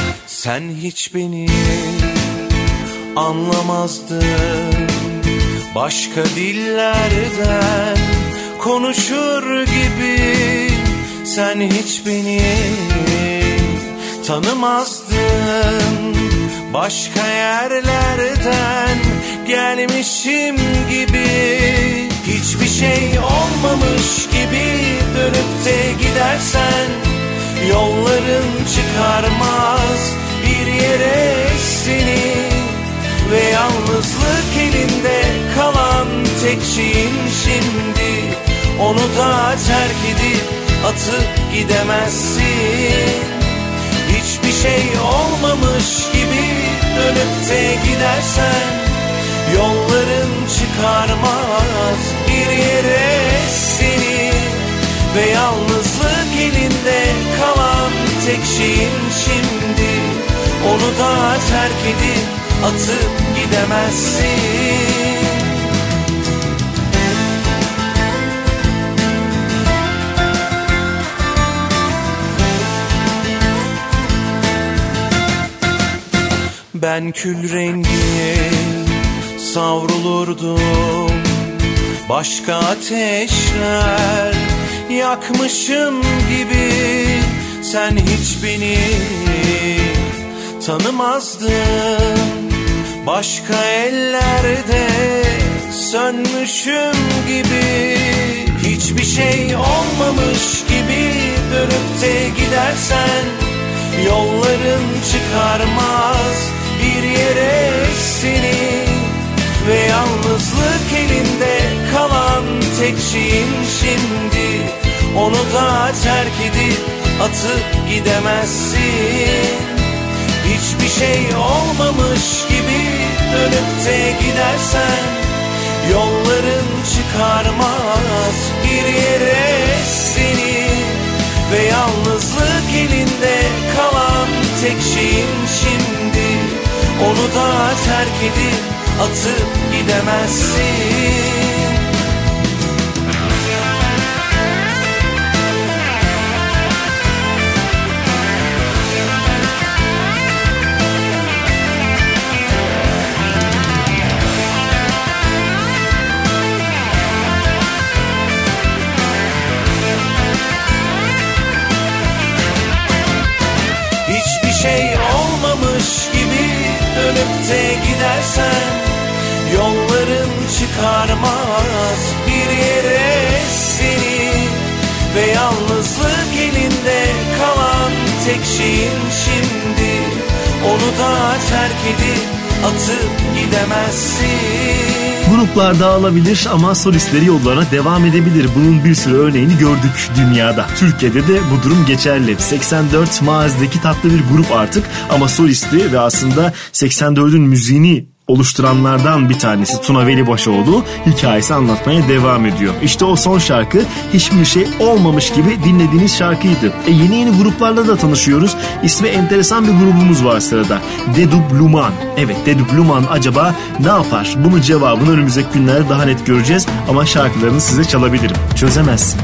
Sen hiç beni anlamazdın, Başka dillerden konuşur gibi sen hiç beni tanımazdın. Başka yerlerden gelmişim gibi, hiçbir şey olmamış gibi dönüp de gidersen yolların çıkarmaz bir yere seni. Ve yalnızlık elinde kalan tek şeyin şimdi, onu da terk edip atıp gidemezsin. Hiçbir şey olmamış gibi dönüp de gidersen yolların çıkarmaz bir yere seni. Ve yalnızlık elinde kalan tek şeyin şimdi, onu da terk edip atıp gidemezsin. Ben kül rengi savrulurdum, başka ateşler yakmışım gibi sen hiç beni tanımazdın. Başka ellerde sönmüşüm gibi, hiçbir şey olmamış gibi dönüp de gidersen yolların çıkarmaz bir yere seni. Ve yalnızlık elinde kalan tek şeyin şimdi, onu da terk edip atıp gidemezsin. Hiçbir şey olmamış gibi dönüp de gidersen yolların çıkarmaz bir yere seni. Ve yalnızlık elinde kalan tek şeyin şimdi, onu da terk edip atıp gidemezsin. Şey olmamış gibi dönüp de gidersen yolların çıkarmaz bir yere seni. Ve yalnızlık elinde kalan tek şeyin şimdi, onu da terk edip atıp gidemezsin. Gruplar dağılabilir ama solistleri yollarına devam edebilir. Bunun bir sürü örneğini gördük dünyada. Türkiye'de de bu durum geçerli. 84 Maaz'daki tatlı bir grup artık ama solisti ve aslında 84'ün müziğini oluşturanlardan bir tanesi Tuna Velibaşoğlu hikayesi anlatmaya devam ediyor. İşte o son şarkı hiçbir şey olmamış gibi dinlediğiniz şarkıydı. Yeni gruplarla da tanışıyoruz. İsmi enteresan bir grubumuz var sırada. Dedubluman. Evet, Dedubluman acaba ne yapar? Bunun cevabını önümüzdeki günlerde daha net göreceğiz ama şarkılarını size çalabilirim. Çözemezsin.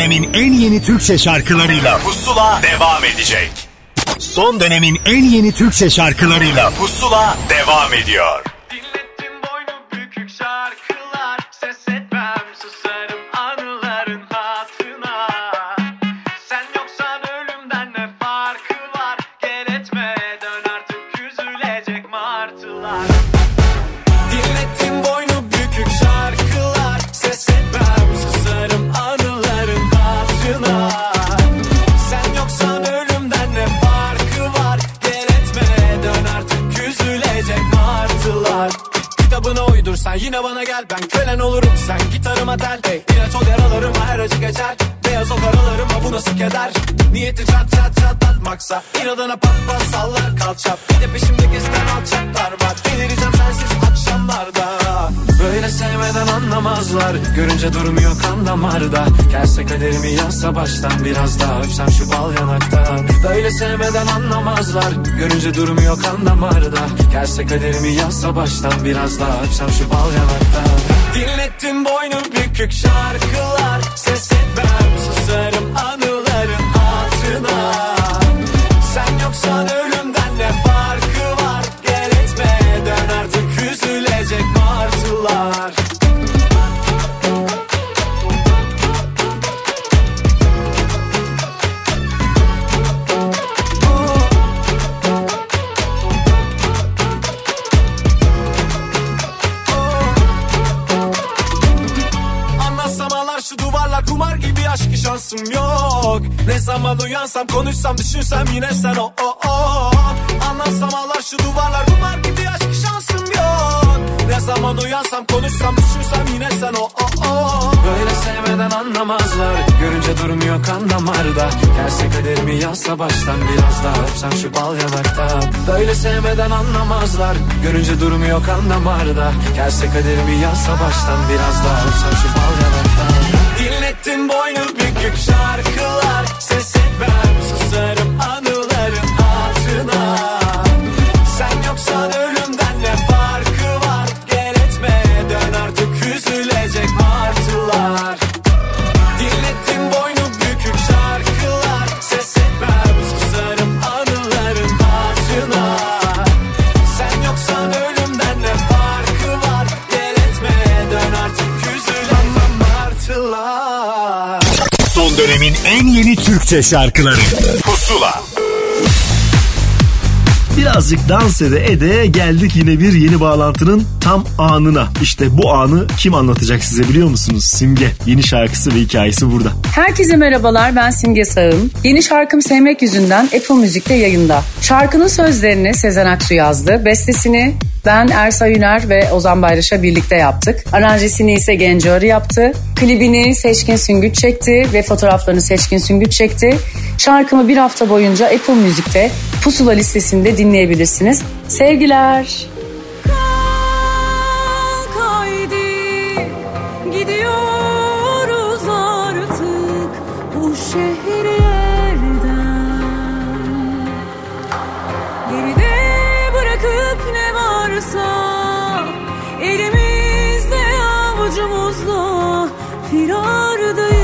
dönemin en yeni Türkçe şarkılarıyla Pusula devam edecek. Son dönemin en yeni Türkçe şarkılarıyla Pusula devam ediyor. Dinlettim boynu bükük şarkılar, ses etmem susarım anıların hatırına. Sen yoksan ölümden ne farkı var, gel etme dön artık üzülecek martılar. Dinlettim boynu bükük şarkılar, ses etmem susarım anıların hatırına. Sen yoksan ölümden ne farkı var, gel etme dön artık üzülecek martılar. Kitabına uydursan yine bana gel, ben kölen olurum sen gitarıma tel. İlaç ol yaralarıma her acı geçer, beyaz o karalarıma bu nasıl keder. Niyeti çat çat çatlatmaksa inadına pat pat sallar kalçap. Bir de peşimde gezen alçaklar var, delireceğim sensiz akşamlarda. Böyle sevmeden anlamazlar, görünce durmuyor kan damarda. Gelse kaderimi yazsa baştan biraz daha öpsem şu bal yanaktan. Böyle sevmeden anlamazlar, görünce durmuyor kan damarda. Gelse kaderimi yazsa baştan biraz daha öpsem şu bal yanaktan. Dinlettim boynu bükük şarkılar, ses etmem susarım anıların hatırına. Sen yoksan ölümden ne farkı var, gel etme dön artık üzülecek martılar. Şu duvarlar kumar gibi, aşkı şansım yok. Ne zaman uyansam konuşsam düşünsem yine sen o. Anlatsam ağlar şu duvarlar kumar gibi, aşkı şansım yok. Ne zaman uyansam konuşsam düşünsem yine sen o. Böyle sevmeden anlamazlar, görünce durmuyor kan damarda. Gelse kaderimi yazsa baştan biraz daha öpsem şu bal yanaktan. Böyle sevmeden anlamazlar, görünce durmuyor kan damarda. Gelse kaderimi yazsa baştan biraz daha öpsem şu bal yanaktan. Dinlettim boynu bükük şarkılar, ses etmem susarım anıların hatırına. Sen yoksan ölümden ne farkı var, gel etme dön artık üzülecek martılar. Dinlettim boynu bükük şarkılar, ses etmem susarım anıların hatırına. Sen yoksan ölümden ne farkı var, gel etme dön artık üzülecek martılar. Son dönemin en yeni Türkçe şarkıları Pusula. Birazcık dans ede geldik yine bir yeni bağlantının tam anına. İşte bu anı kim anlatacak size biliyor musunuz? Simge. Yeni şarkısı ve hikayesi burada. Herkese merhabalar, ben Simge Sağım. Yeni şarkım Sevmek Yüzünden Apple Müzik'te yayında. Şarkının sözlerini Sezen Aksu yazdı. Bestesini ben, Ersay Üner ve Ozan Bayraş'a birlikte yaptık. Aranjesini ise Genco Arı yaptı. Klibini Seçkin Süngüç çekti ve fotoğraflarını Seçkin Süngüç çekti. Şarkımı bir hafta boyunca Apple Müzik'te Pusula listesinde dinleyebilirsiniz. Sevgiler. Gidiyoruz artık bu şehirlerden. Geride bırakıp ne varsa elimizde avucumuzda firardayız.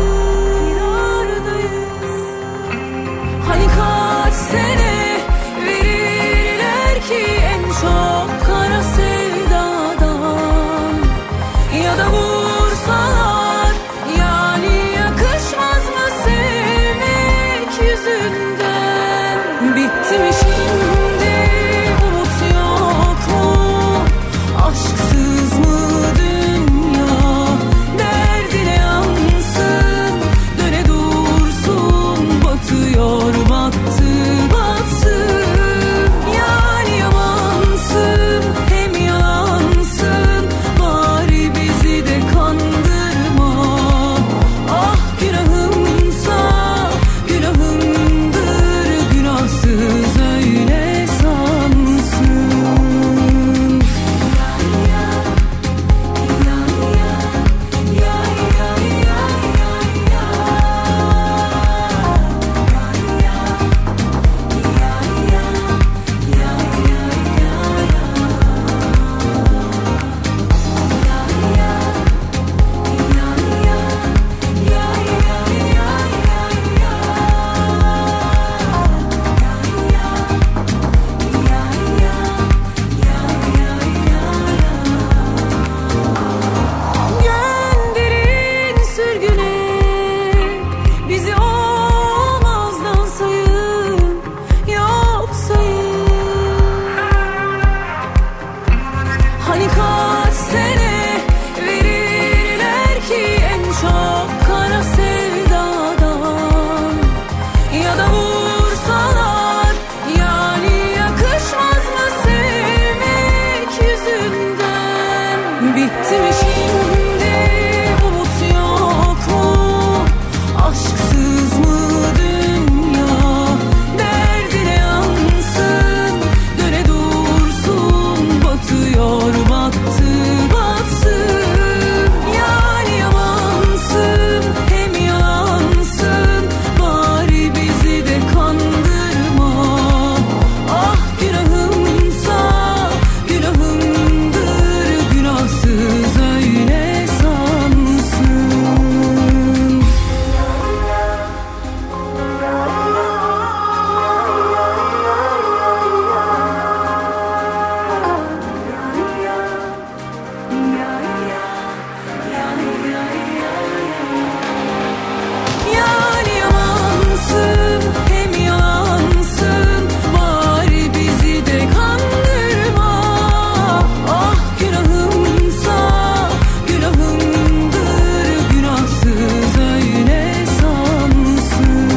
Hani kaç sene verirler ki en çok kara sevdadan, ya da vursalar yani yakışmaz mı sevmek yüzünden? Bitti mi şimdi umut yok mu? Aşksız mı dünya? Derdine mi şimdi umut yok mu? Aşksız mı dünya? Derdine yansın, döne dursun, batıyor battı batsın. Yani yamansın hem yalansın, bari bizi de kandırma. Ah günahımsa günahımdır, günahsız öyle sansın. Yani yamansın hem yalansın, bari bizi de kandırma. Ah günahımsa günahımdır, günahsız öyle sansın.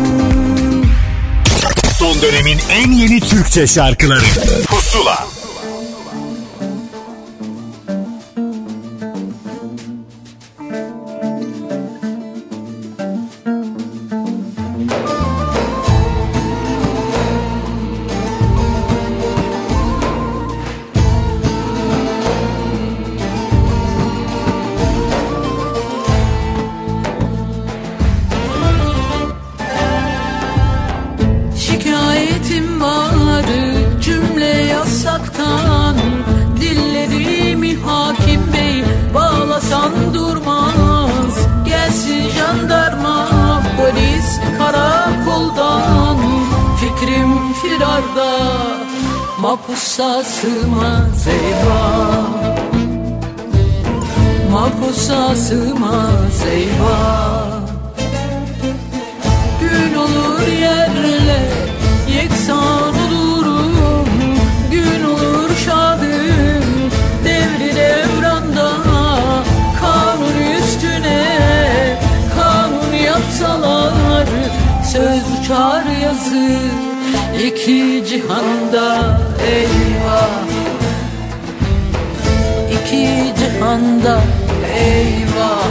Son dönemin en yeni Türkçe şarkıları Pusula. Şikayetim var cümle yasaktan, dillerimi hakim bey bağlasan durmaz. Gelsin jandarma polis karakoldan, fikrim firarda mahpusa sığmaz eyvah. Mahpusa sığmaz eyvah. Gün olur yerle yeksan olurum, gün olur şadım devri devranda. Kanun üstüne kanun yapsalar, söz uçar yazı iki cihanda eyvah. İki cihanda eyvah.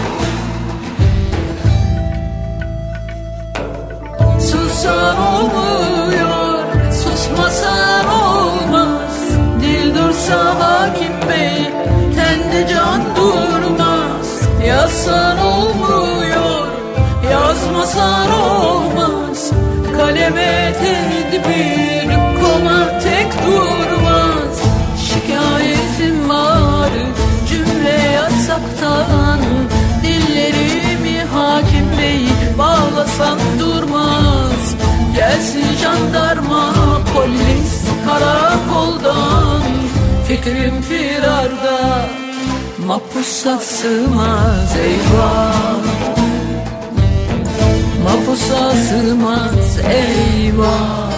Sussan olmuyor, susmasan olmaz. Dil dursa hakim bey, tende can durmaz. Yazsan olmuyor, yazmasan olmaz. Kaleme tedbir, koma tek durmaz. Şikayetim var cümle yasaktan, dillerimi hakim bey bağlasan durmaz. Gelsin jandarma polis karakoldan, fikrim firarda mahpusa sığmaz eyvah. Mahpusa sığmaz eyvah.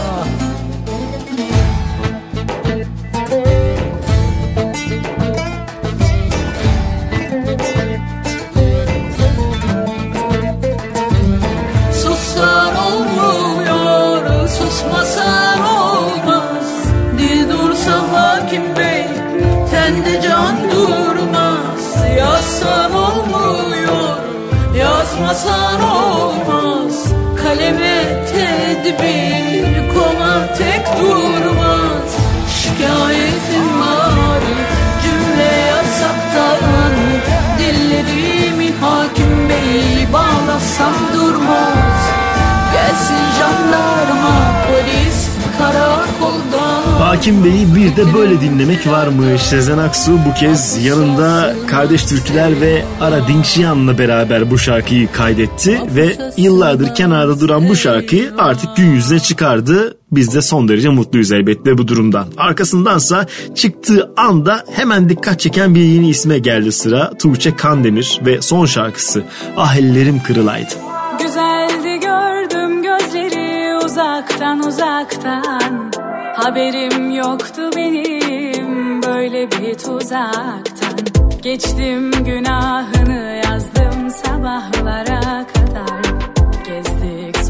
Sussan olmuyor, susmasan olmaz. Dil dursa hakim bey, tende can durmaz. Yazsan olmuyor, yazmasan olmaz. Kaleme tedbir, koma tek durmaz. Şikayetim var cümle yasaktan, dillerimi hakim bey bağlasam durmaz. Gelsin jandarma polis karakoldan. Hakim Bey'i bir de böyle dinlemek varmış. Sezen Aksu bu kez yanında Kardeş Türküler ve Ara Dinçiyan'la beraber bu şarkıyı kaydetti ve yıllardır kenarda duran bu şarkıyı artık gün yüzüne çıkardı. Biz de son derece mutluyuz elbette bu durumdan. Arkasındansa çıktığı anda hemen dikkat çeken bir yeni isme geldi sıra. Tuğçe Kandemir ve son şarkısı Ah Ellerim Kırılaydı. Güzeldi gördüm gözleri uzaktan uzaktan. Haberim yoktu benim böyle bir tuzaktan. Geçtim günahını yazdım sabahlara kadar. Gezdik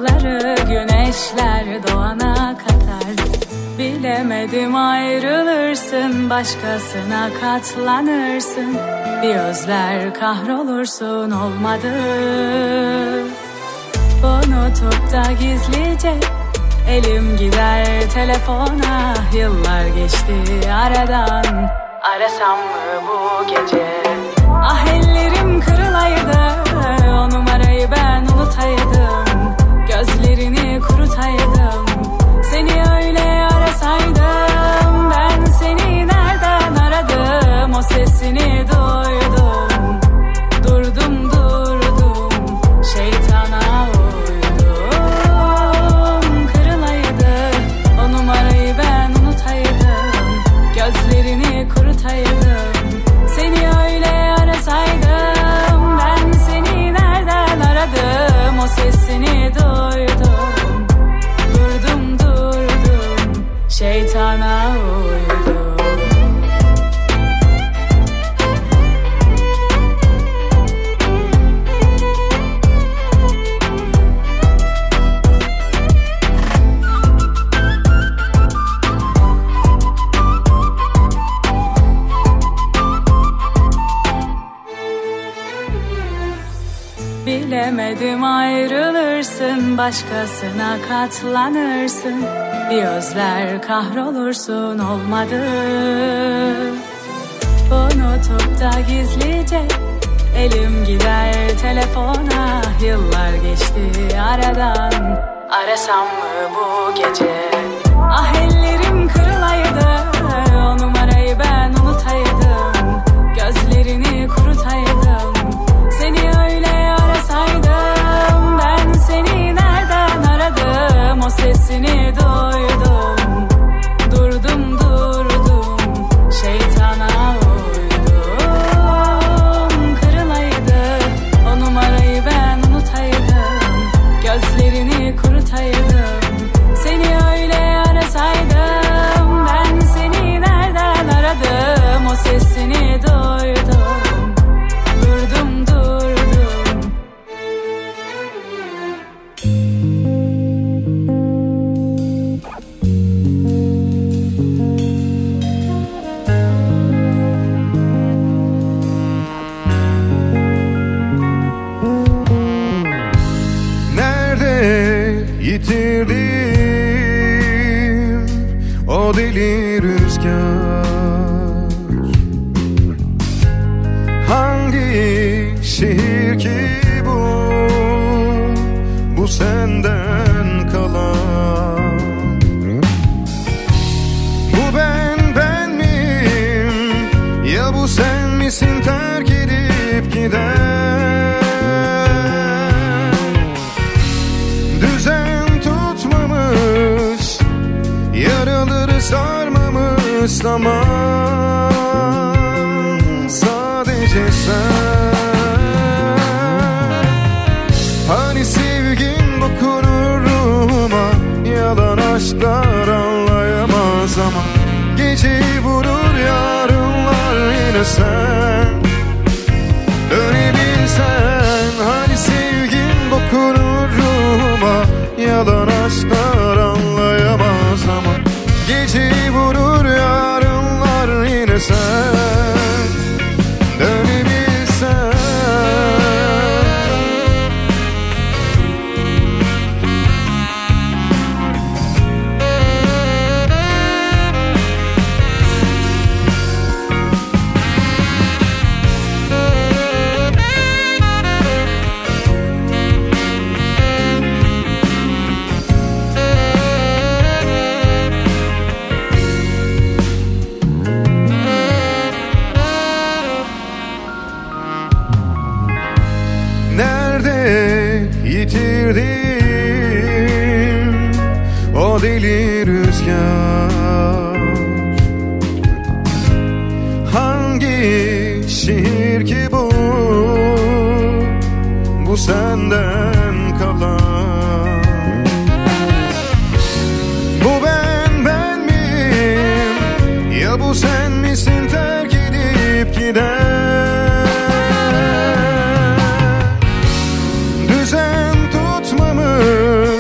sokakları güneşler doğana kadar. Bilemedim ayrılır ayrılırsın, başkasına katlanırsın, bir özler kahrolursun, olmadı. Unutup da gizlice elim gider telefona, yıllar geçti aradan, arasam mı bu gece? Ah ellerim kırılaydı, o numarayı ben unutaydım, gözlerini kurutaydım, seni öyle arasaydım. Ben seni nereden aradım, o sesini duydum, durdum şeytana uydum. Kırılaydı, o numarayı ben unutaydım, gözlerini kurutaydım, seni öyle arasaydım. Ben seni nereden aradım, o sesini duydum, durdum şeytana uydum. Bilemedim, ayrılırsın, başkasına katlanırsın, bir özler kahrolursun, olmadı. Unutup da gizlice elim gider telefona, yıllar geçti aradan, arasam mı bu gece? Ah ellerim kırılaydı, o numarayı ben unutaydım, gözlerini kurutaydım, seni öyle arasaydım. Ben seni nereden aradım, o sesini duydum, durdum şeytana uydum. Kırılaydı, o numarayı ben unutaydım, gözlerini kurutaydım, seni öyle arasaydım. Ben seni nereden aradım, o sesini duydum, durdum yitirdim o deli rüzgar. Hangi şehir ki bu senden kalan? Bu ben miyim, ya bu sen misin terk edip giden? Düzen tutmamış, yaraları sarmamış zaman, sadece sen. Hani sevgin dokunur ruhuma, yalan aşklar anlayamaz ama geceyi vurur yarınlar, yine sen dönebilsen. Hani sevgin dokunur ruhuma, yalan aşklar anlayamaz ama geceyi vurur yarınlar, yine sen dönebilsen. Yitirdim o deli rüzgar. Hangi şehir ki bu senden kalan? Bu ben miyim, ya bu sen misin terk edip giden?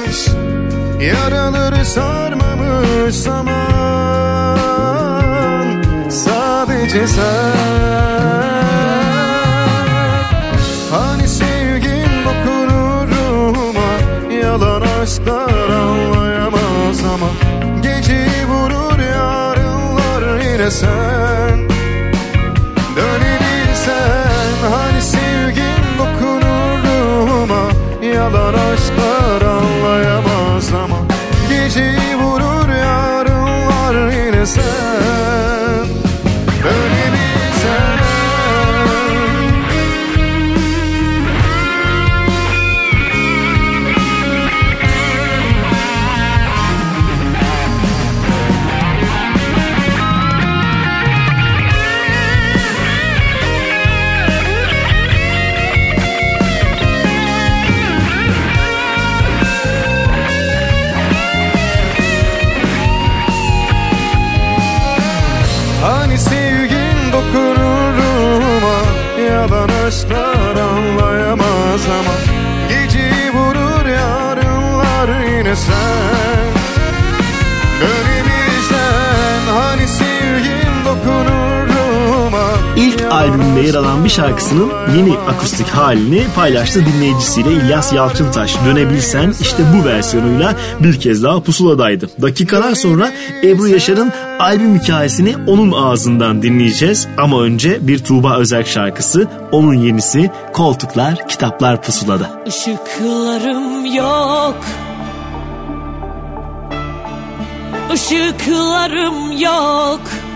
Yaraları sarmamış zaman, gece sen. Hani sevgin dokunur ruhuma, yalan aşklar anlayamaz ama geceyi vurur yarınlar yine sen. Dönebilsen hani sevgin dokunur ruhuma, yalan aşklar anlayamaz ama geceyi vurur yarınlar yine sen. Dönebilsen. Hani sevgin dokunur ruhuma, yalan aşklar anlayamaz ama geceyi vurur yarınlar yine sen. Dönebilsen hani sevgin dokunur ruhuma. İlk albümünde yer alan bir şarkısının yeni akustik halini paylaştı dinleyicisiyle İlyas Yalçıntaş. Dönebilsen işte bu versiyonuyla bir kez daha pusuladaydı. Dakikalar sonra Ebru Yaşar'ın albüm hikayesini onun ağzından dinleyeceğiz. Ama önce bir Tuğba Özerk şarkısı, onun yenisi Koltuklar Kitaplar Pusulada. Işıklarım yok, Işıklarım yok,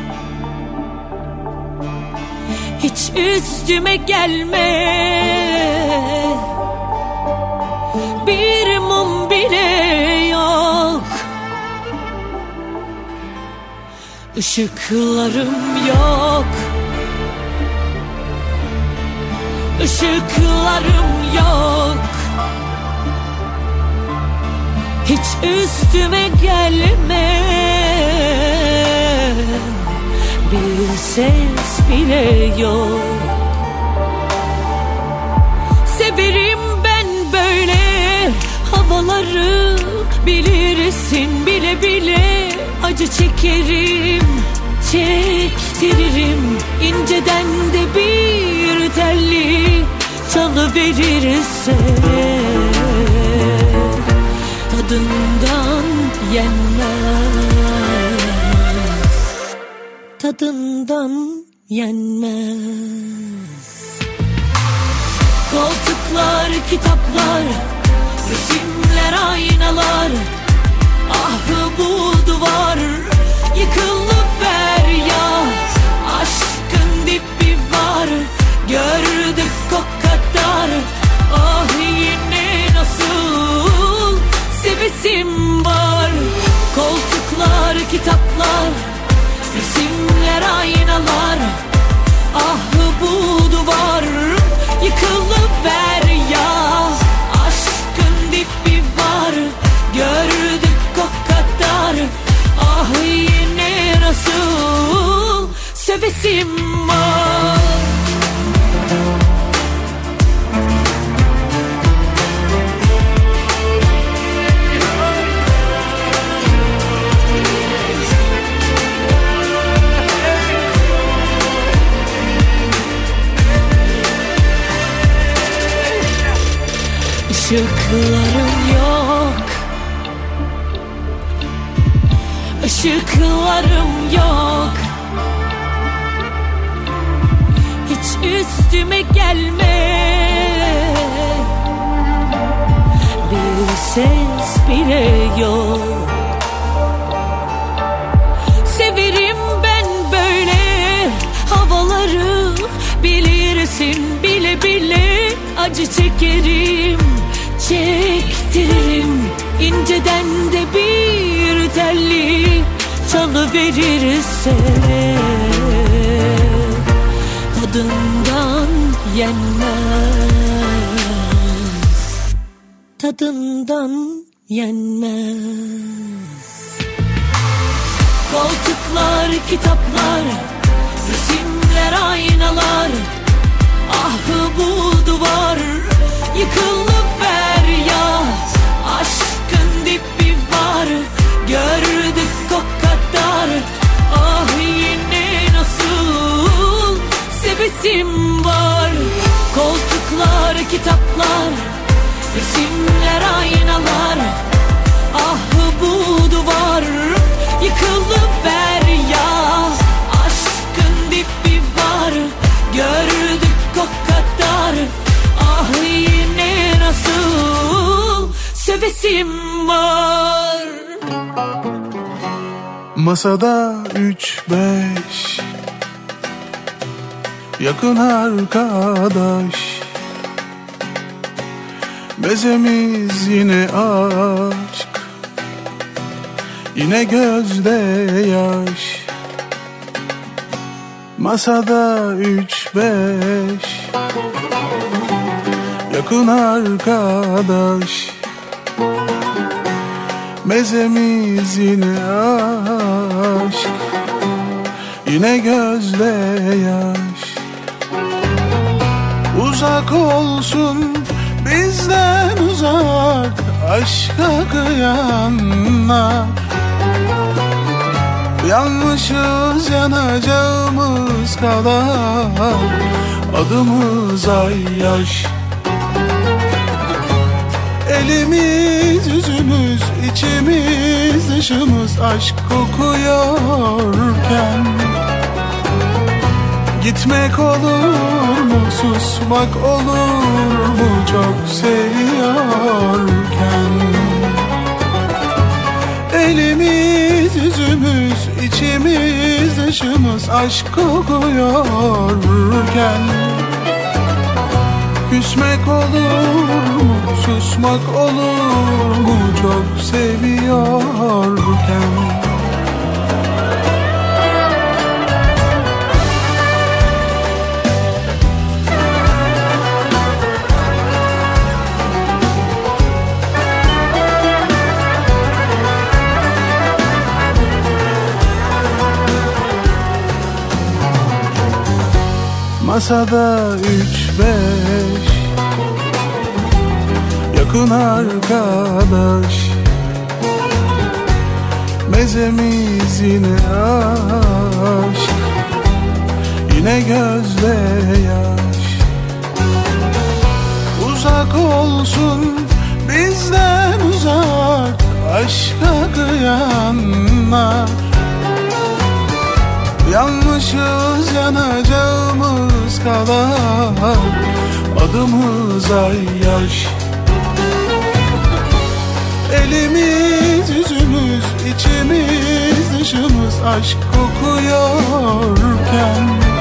hiç üstüme gelme, bir mum bile yok. Işıklarım yok, Işıklarım yok, hiç üstüme gelme, bir ses bile yok. Severim ben böyle havaları, bilirsin bile bile acı çekerim, çektiririm. İnceden de bir telli çalıverirse tadından yenmez, tadından yenmez. Koltuklar, kitaplar, resimler, aynalar, ahı bu duvar yıkılıp ver ya. Aşkın dibi var, gördük o kadar. Ah yine nasıl sevesim var. Koltuklar, kitaplar, resimler, aynalar, ahı bu duvar yıkılıp ver ya. Aşkın dibi var, gördük o kadar. Ah yine nasıl sevesim var. Işıklarım yok, Işıklarım yok, hiç üstüme gelme, bir ses bile yok. Severim ben böyle havaları, bilirsin bile bile acı çekerim, çektiririm. İnceden de bir telli çalıverirse tadından yenmez, tadından yenmez. Koltuklar, kitaplar, resimler, aynalar, ahı bu duvar yıkılıp ver ya. Aşkın dibi var, gördük o kadar. Ah yine nasıl Sözlesim var. Koltuklar, kitaplar, resimler, aynalar. Ah bu duvar yıkılıver ya. Aşkın dibi var, gördük o kadar. Ah yine nasıl sevesim var. Masada 3-5 yakın arkadaş, mezemiz yine aşk, yine gözde yaş. Masada 3-5 yakın arkadaş, mezemiz yine aşk, yine gözde yaş. Uzak olsun bizden uzak aşka kıyanlar. Yanmışız yanacağımız kadar, adımız ay yaş. Elimiz yüzümüz içimiz dışımız aşk kokuyorken, gitmek olur mu, susmak olur mu çok seviyorken. Elimiz yüzümüz içimiz dışımız aşk kokuyorken, küsmek olur mu, susmak olur mu çok seviyorken. Masada 3-5 yakın arkadaş, mezemiz yine aşk, yine gözde yaş. Uzak olsun bizden uzak aşka kıyanlar. Yanmışız yanacağımız kadar, adımız ay yaş. Elimiz yüzümüz içimiz dışımız aşk kokuyorken,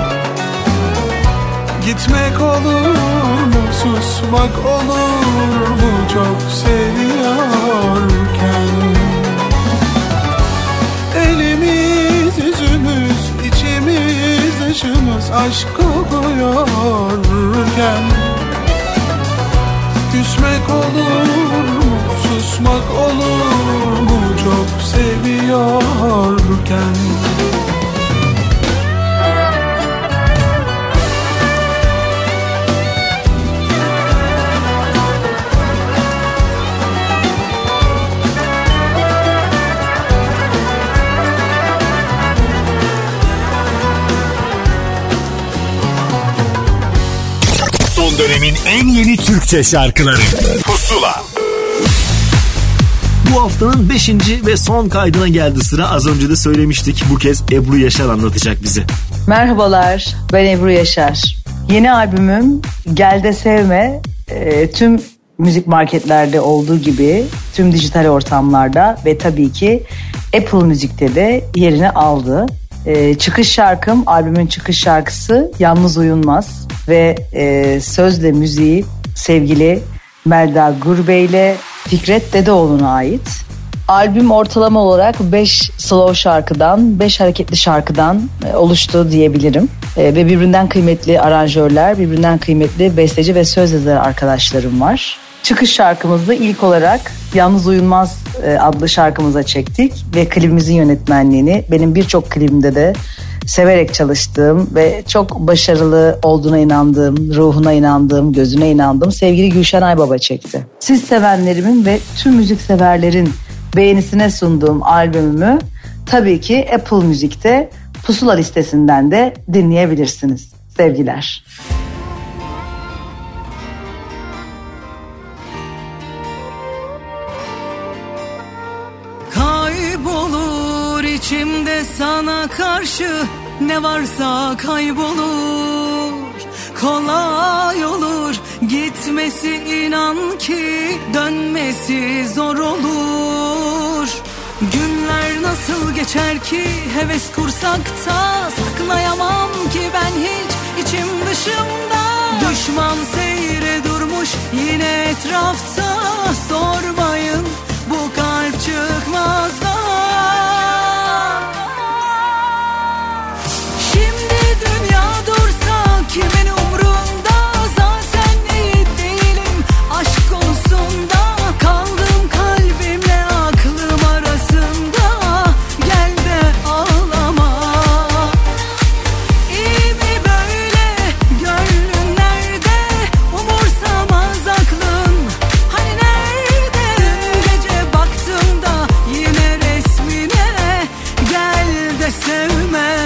gitmek olur mu, susmak olur mu çok seviyorken. Elimiz yüzümüz içimiz dışımız aşk kokuyorken, küsmek olur mu, susmak olur mu çok seviyorken. Son dönemin en yeni Türkçe şarkıları Pusula. Bu haftanın 5. ve son kaydına geldi sıra. Az önce de söylemiştik. Bu kez Ebru Yaşar anlatacak bizi. Merhabalar, ben Ebru Yaşar. Yeni albümüm Gel de Sevme tüm müzik marketlerde olduğu gibi tüm dijital ortamlarda ve tabii ki Apple Müzik'te de yerini aldı. Çıkış şarkım, albümün çıkış şarkısı Yalnız Uyunmaz ve sözle müziği sevgili Melda Gurbe ile Fikret Dedeoğlu'na ait. Albüm ortalama olarak 5 slow şarkıdan, 5 hareketli şarkıdan oluştu diyebilirim. Ve birbirinden kıymetli aranjörler, birbirinden kıymetli besteci ve söz yazarı arkadaşlarım var. Çıkış şarkımızda ilk olarak Yalnız Uyunmaz adlı şarkımıza çektik ve klibimizin yönetmenliğini benim birçok klibimde de severek çalıştığım ve çok başarılı olduğuna inandığım, ruhuna inandığım, gözüne inandığım sevgili Gülşen Aybaba çekti. Siz sevenlerimin ve tüm müzik severlerin beğenisine sunduğum albümümü tabii ki Apple Müzik'te Pusula listesinden de dinleyebilirsiniz. Sevgiler. Kaybolur içimde sana karşı ne varsa kaybolur. Kolay olur gitmesi, inan ki dönmesi zor olur. Günler nasıl geçer ki heves kursakta, saklayamam ki ben hiç içim dışımda. Düşman seyre durmuş yine etrafta, sormayın bu kalp çıkmaz da. Şimdi dünya dursa kimin umrunda, zaten iyi değilim aşk konusunda. Kaldım kalbimle aklım arasında, gel de ağlama. İyi mi böyle, gönlün nerede, umursamaz aklın hani nerede? Dün gece baktım da yine resmine, gel de sevme.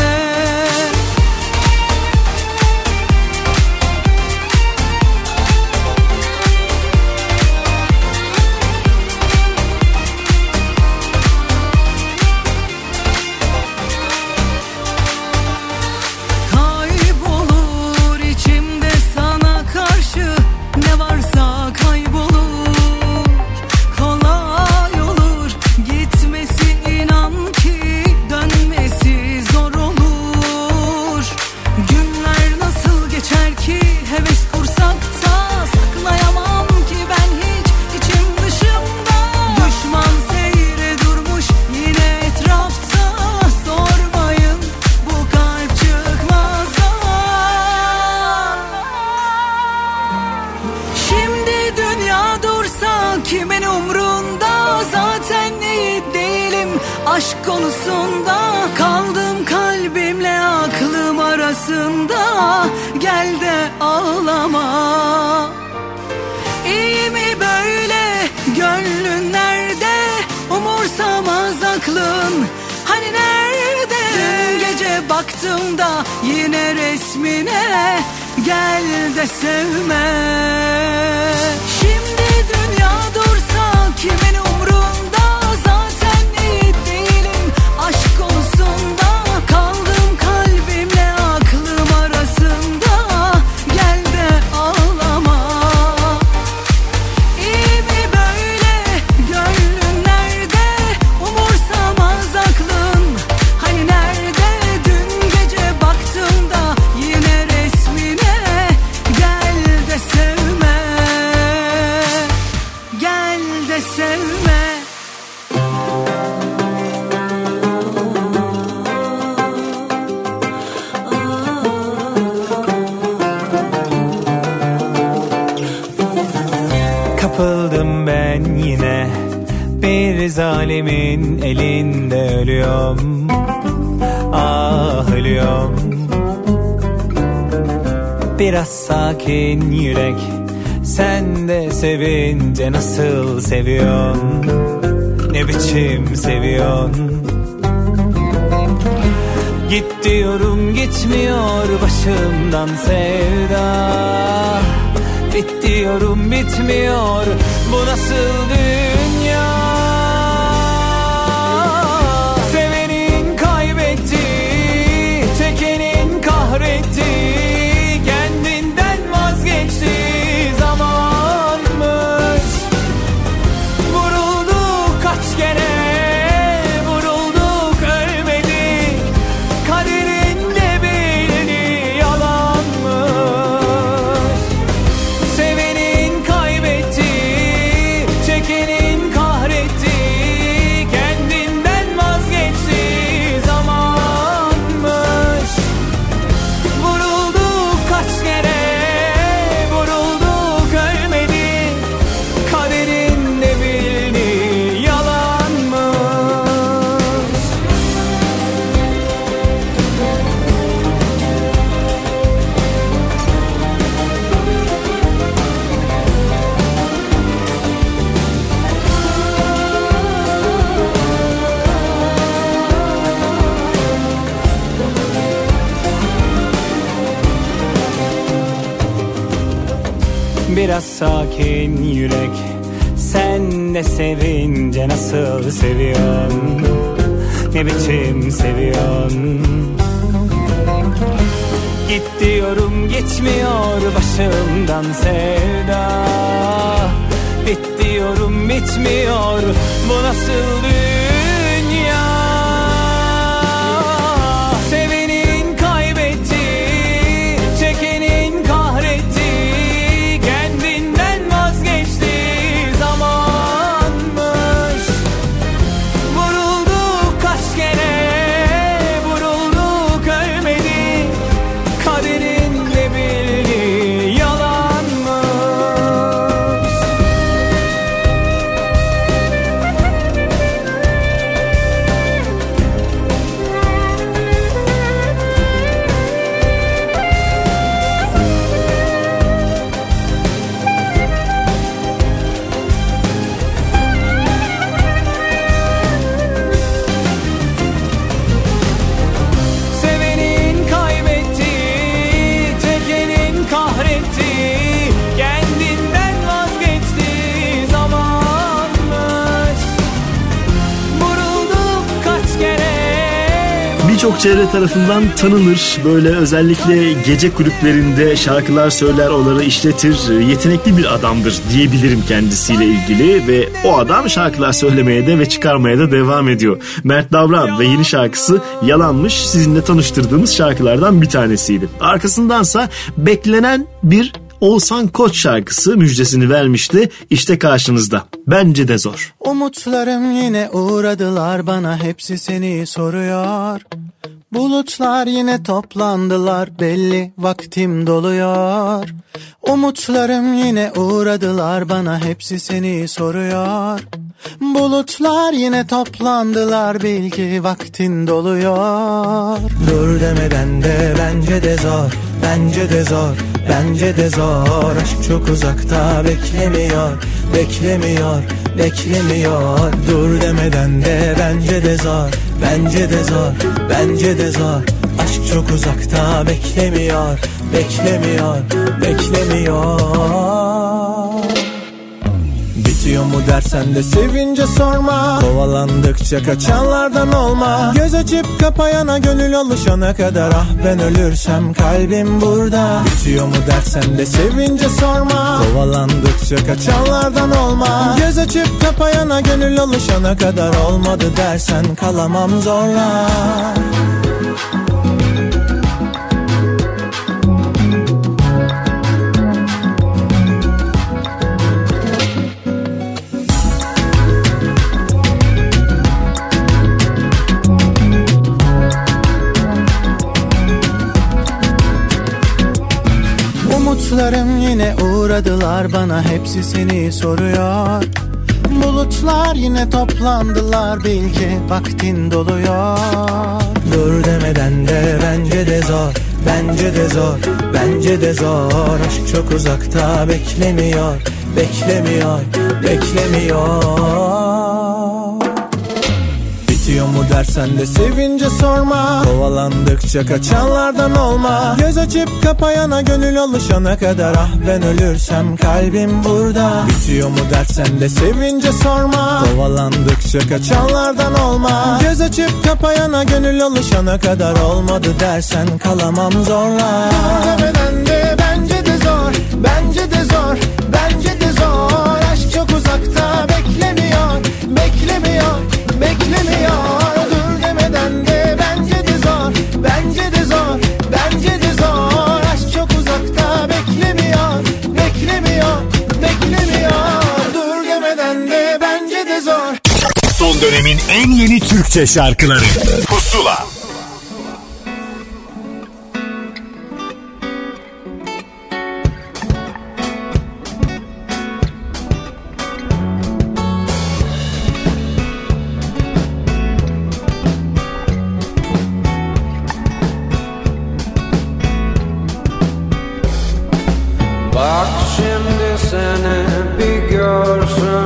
Kaybolur içimde sana karşı ne varsa kaybolur. Kolay olur gitmesi, inan ki dönmesi zor olur. Günler nasıl geçer ki heves kursakta, saklayamam ki ben hiç içim dışımda. Düşman seyre durmuş yine etrafta, sormayın bu kalp çıkmaz da. Şimdi dünya dursa kimin umrunda, zaten iyi değilim aşk konusunda. Kaldım kalbimle aklım arasında, gel de ağlama. İyi mi böyle, gönlün nerede, umursamaz aklın hani nerede? Dün gece baktım da yine resmine, gel de sevme. Şimdi dünya dursa kimin umrunda, zaten iyi değilim aşk konusunda. Kaldım kalbimle aklım arasında, gel de ağlama. İyi mi böyle, gönlün nerede, umursamaz aklın hani nerede? Dün gece baktım da yine resmine, gel de sevme. Gel de sevme. Kapıldım ben yine bir zalimin elinde, ölüyorum, ah ölüyorum. Biraz sakin yürek, sen de sevince nasıl seviyorsun, ne biçim seviyorsun. Git diyorum gitmiyor başımdan sevda, bit diyorum bitmiyor bu nasıl dünya. Sevenin kaybetti, çekenin kahretti, kendinden vazgeçti zamanmış. Vurulduk kaç kere, vurulduk ölmedik, kaderin de bildi yalanmış. Sevenin kaybetti, çekenin kahretti, biraz sakin yürek. Sen de sevince nasıl seviyorsun, ne biçim seviyorsun. Git diyorum gitmiyor başımdan sevda. Bit diyorum bitmiyor bu nasıl dünya. Sevenin kaybetti, çekenin kahretti, kendinden vazgeçti zamanmış. Vurulduk kaç kere, vurulduk ölmedik, kaderin de bildiği yalanmış. Sevenin kaybetti, çekenin kahretti, kendinden vazgeçti zamanmış. Vurulduk kaç kere. Birçok çevre tarafından tanınır. Böyle özellikle gece kulüplerinde şarkılar söyler, onları işletir. Yetenekli bir adamdır diyebilirim kendisiyle ilgili ve o adam şarkılar söylemeye de ve çıkarmaya da devam ediyor. Mert Davran ve yeni şarkısı Yalanmış sizinle tanıştırdığımız şarkılardan bir tanesiydi. Arkasındansa beklenen bir Oğuzhan Koç şarkısı müjdesini vermişti. İşte karşınızda. Bence de zor. Umutlarım yine uğradılar bana, hepsi seni soruyor. Bulutlar yine toplandılar, belli vaktim doluyor. Umutlarım yine uğradılar bana, hepsi seni soruyor. Bulutlar yine toplandılar, belki vaktin doluyor. Dur demeden de bence de zor, bence de zor, bence de zor. Aşk çok uzakta beklemiyor, beklemiyor, beklemiyor. Dur demeden de bence de zor, bence de zor, bence de zor. Aşk çok uzakta beklemiyor, beklemiyor, beklemiyor. Bitiyor mu dersen de sevince sorma. Kovalandıkça kaçanlardan olma. Göz açıp kapayana gönül alışana kadar, ah ben ölürsem kalbim burada. Bitiyor mu dersen de sevince sorma. Kovalandıkça kaçanlardan olma. Göz açıp kapayana gönül alışana kadar, olmadı dersen kalamam zorla. Umutlarım yine uğradılar bana, hepsi seni soruyor. Bulutlar yine toplandılar, bil ki vaktin doluyor. Dur demeden de bence de zor, bence de zor, bence de zor. Aşk çok uzakta beklemiyor, beklemiyor, beklemiyor. Bitiyor mu dersen de sevince sorma. Kovalandıkça kaçanlardan olma. Göz açıp kapayana gönül alışana kadar, ah ben ölürsem kalbim burada. Bitiyor mu dersen de sevince sorma. Kovalandıkça kaçanlardan olma. Göz açıp kapayana gönül alışana kadar, olmadı dersen kalamam zorla. Demeden de bence de zor, bence de zor, bence de zor. Aşk çok uzakta beklemiyor, beklemiyor, beklemiyor. Dur demeden de bence de zor, bence de zor, bence de zor. Aşk çok uzakta beklemiyor, beklemiyor, beklemiyor. Dur demeden de bence de zor. Son dönemin en yeni Türkçe şarkıları Pusula. Bak şimdi seni bir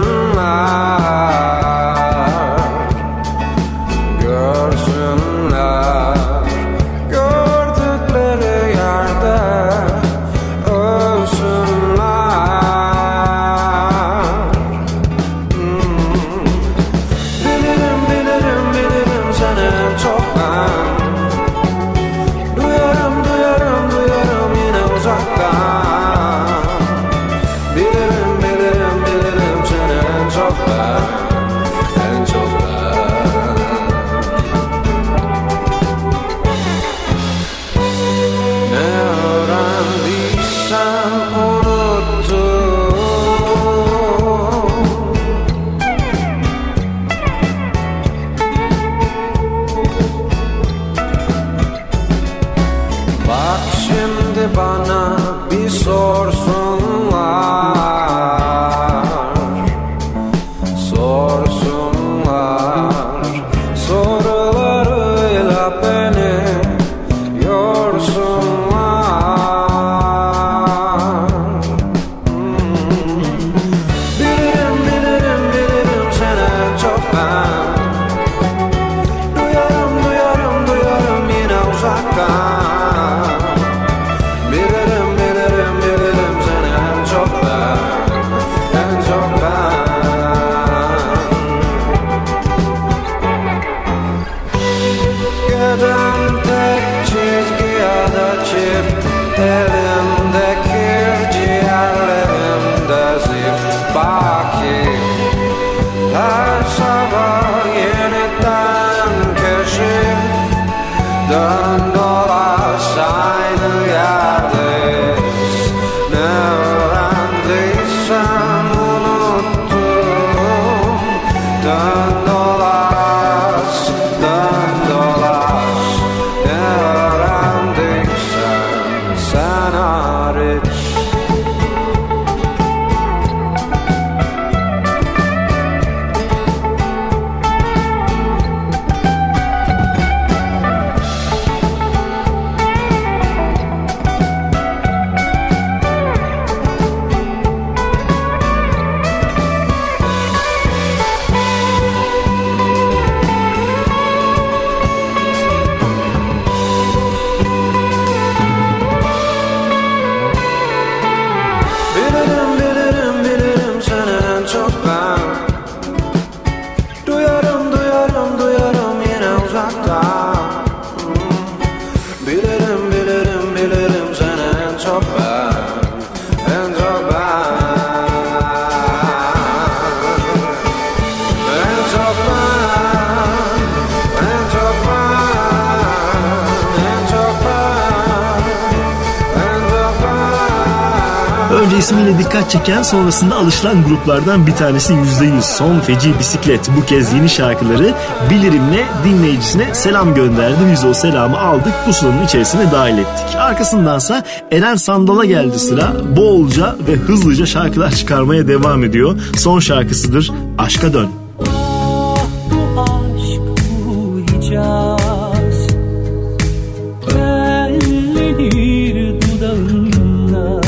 görsünler, görsünler. bana bir sorsunlar. Sorsunlar, sorularıyla beni yorsunlar. Bilirim, bilirim, bilirim seni en çok ben. Duyarım, duyarım, duyarım yine uzaktan. Bilirim, bilirim, bilirim seni en çok ben. En çok ben. Gelen tek çizgi ya da çift, elimdeki ciğerlerimde zift baki. Her sabah yeniden keşif, dön dolaş aynı yerdeyiz. Ne öğrendiysem unuttum. Dön dolaş, dön dolaş. Ne öğrendiysen sen hariç. Bilirim, bilirim, bilirim seni en çok ben. Duyarım, duyarım, duyarım yine uzaktan. Bilirim, bilirim, bilirim seni en çok ben. En çok ben. En çok ben. En çok ben. En çok ben. En çok ben. Önce ismiyle dikkat çeken, sonrasında alışılan gruplardan bir tanesi %100 Son Feci Bisiklet. Bu kez yeni şarkıları Bilirim'le dinleyicisine selam gönderdi. Biz o selamı aldık, pusulanın içerisine dahil ettik. Arkasındansa Eren Sandal'a geldi sıra. Bolca ve hızlıca şarkılar çıkarmaya devam ediyor. Son şarkısıdır Aşka Dön. Bu aşk bu hicaz bellidir dudağında.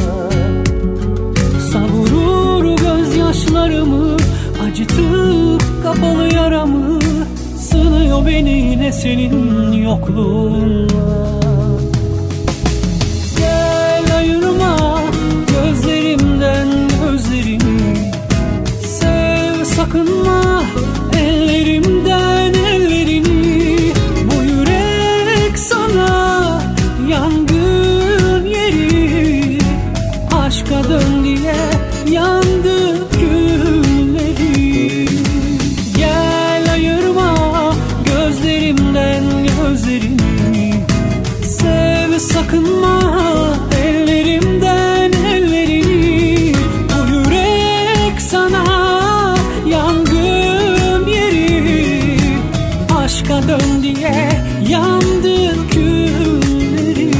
Savurur gözyaşlarımı, acıtıp kapalı yaramı. Sınıyor beni ne senin yokluğunla. Gel ayırma gözlerimden gözlerimi. Sev sakınma ellerimden ellerini. Bu yürek sana yangın yeri. Aşka dön diye yandı gülleri. Gel ayırma gözlerimden gözlerini. Sev sakınma ellerimden ellerini. Bu yürek sana yangın yeri. Aşka dön diye yandı gülleri.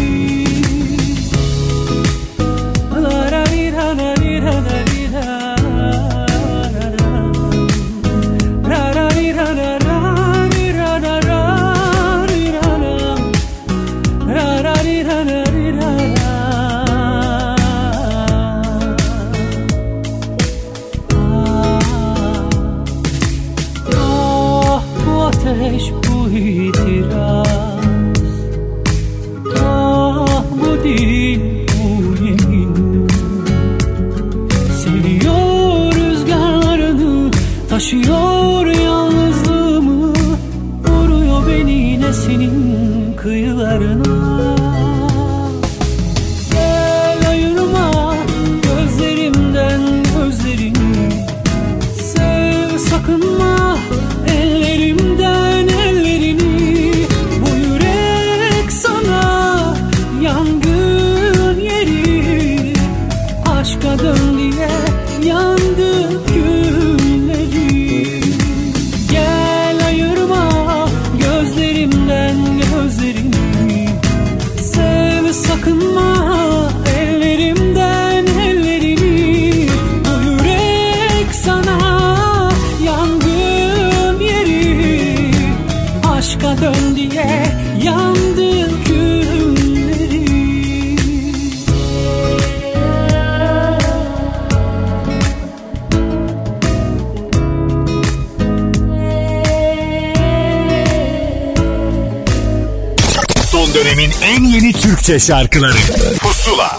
Ateş bu itiraz, ah bu dil bu yemin. Seviyor rüzgarlarını, taşıyor yalnızlığımı. Vuruyor beni yine senin kıyılarına. Gel ayırma gözlerimden gözlerini. Sev sakınma ellerimden ellerini. Bu yürek sana yangın yeri. Aşka dön diye yandı gülleri. Gel ayırma gözlerimden gözlerini. Sev sakınma en yeni Türkçe şarkıları Pusula.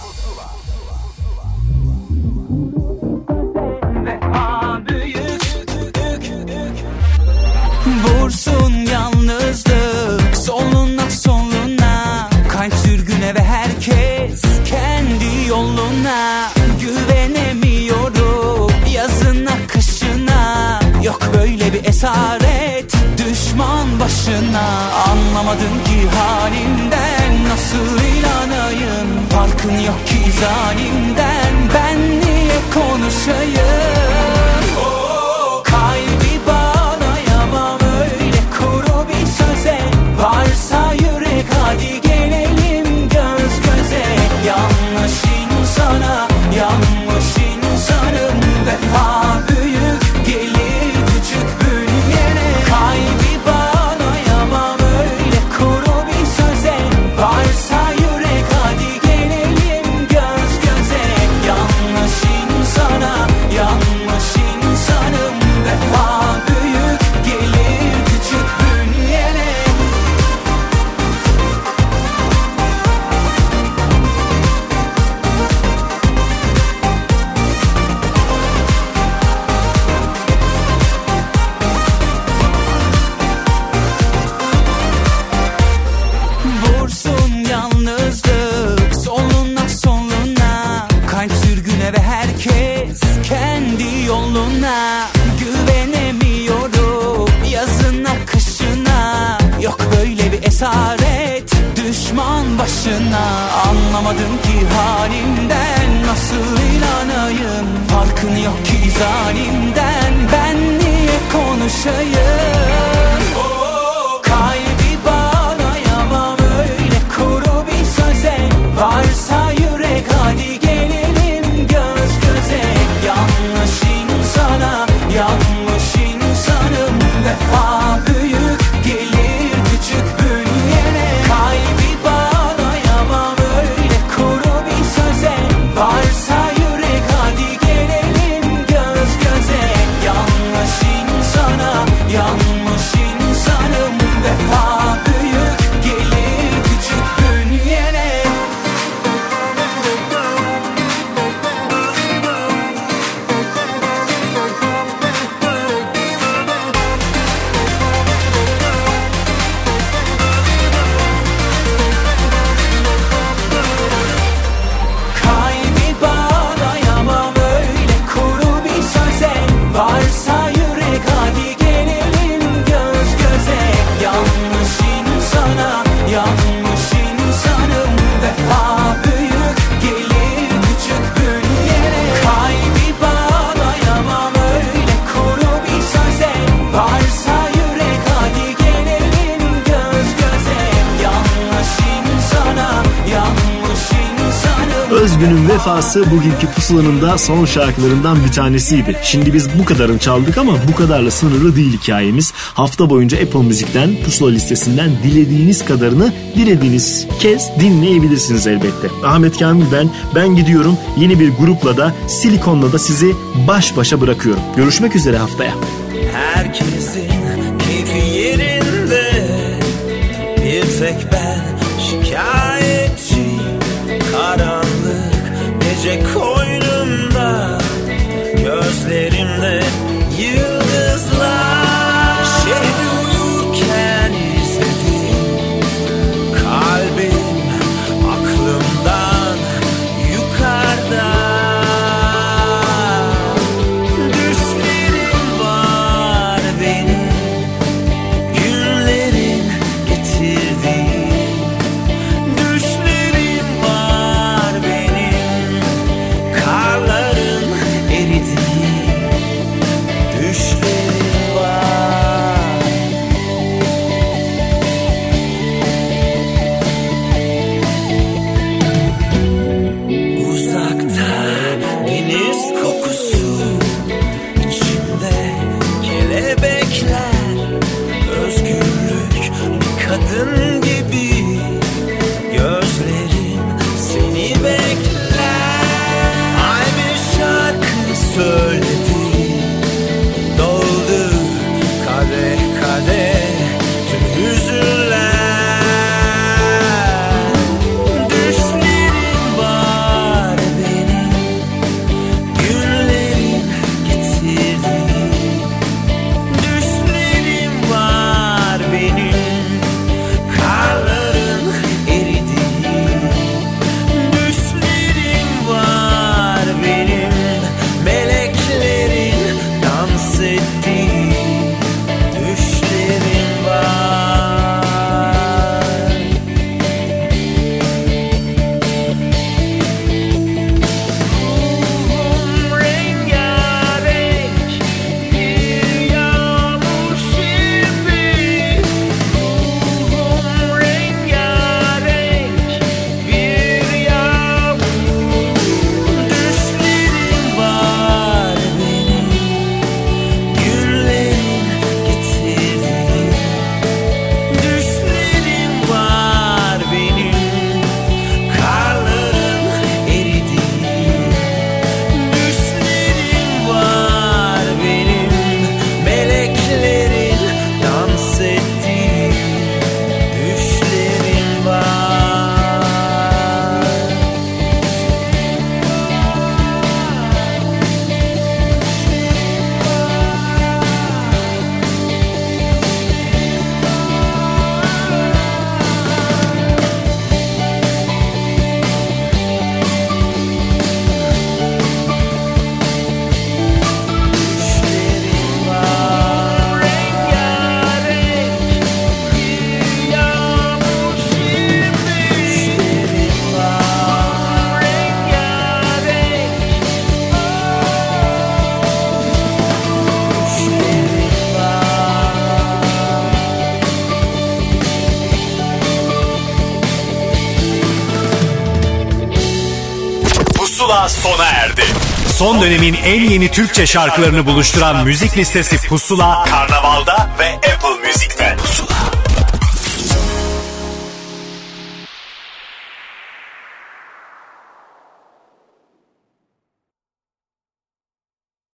Vursun yalnızlık soluna soluna, kalp sürgüne ve herkes kendi yoluna. Güvenemiyorum yazına kışına, yok böyle bir esaret düşman başına. Anlamadım ki halimden nasıl inanayım, farkın yok ki zalimden, ben niye konuşayım? Kalbi bağlayamam öyle kuru bir söze, varsa yürek hadi gelelim göz göze. Yanlış insana yanlış insanım, vefa büyük gelir küçük bünyene. Kalbi bağlayamam öyle kuru bir söze, varsa yürek hadi gelelim göz göze. Yanlış insana yanlış insanım, vefa büyük gelir küçük bünyene. Vursun yalnızlık soluna soluna, kalp sürgüne ve herkes kendi yoluna. Güvenemiyorum yazına kışına, yok böyle bir esaret düşman başına. Anlamadım ki halimden nasıl inanayım, farkın yok ki zalimden, ben niye konuşayım? Kalbi bağlayamam öyle kuru bir söze, varsa yürek hadi gelelim göz göze. Yanlış insana yanlış insanım, vefa büyük gelir küçük bünyene. Kalbi bağlayamam öyle kuru bir söze, varsa yürek hadi gelelim göz göze. Yanlış insana yanlış insanım, vefa büyük gelir küçük bünyene. Kalbi bağlayamam öyle kuru bir söze, varsa yürek hadi gelelim göz göze. Yanlış insana yanlış insanım, vefa büyük gelir küçük bünyene. Kalbi bağlayamam öyle kuru bir söze, varsa yürek hadi gelelim göz göze. Yanlış insana yanlış insanım. Özgün'ün Vefası bugünkü Pusula'nın da son şarkılarından bir tanesiydi. Şimdi biz bu kadarını çaldık ama bu kadarla sınırlı değil hikayemiz. Hafta boyunca Apple Müzik'ten, Pusula listesinden dilediğiniz kadarını dilediğiniz kez dinleyebilirsiniz elbette. Ahmet Kamil ben gidiyorum. Yeni bir grupla da Silikon'la da sizi baş başa bırakıyorum. Görüşmek üzere haftaya. Herkesin keyfi yerinde, bir tek ben şikayetçi. Karanlık gece koynumda, gözlerimde yıldızlar. Şehri uyurken izledim, kalbim aklımdan yukarıda. Düşlerim var benim, günlerin getirdiği. Düşlerim var benim, Pusula sona erdi. Son dönemin en yeni Türkçe şarkılarını buluşturan müzik listesi Pusula, Karnaval'da ve Apple Müzik'te.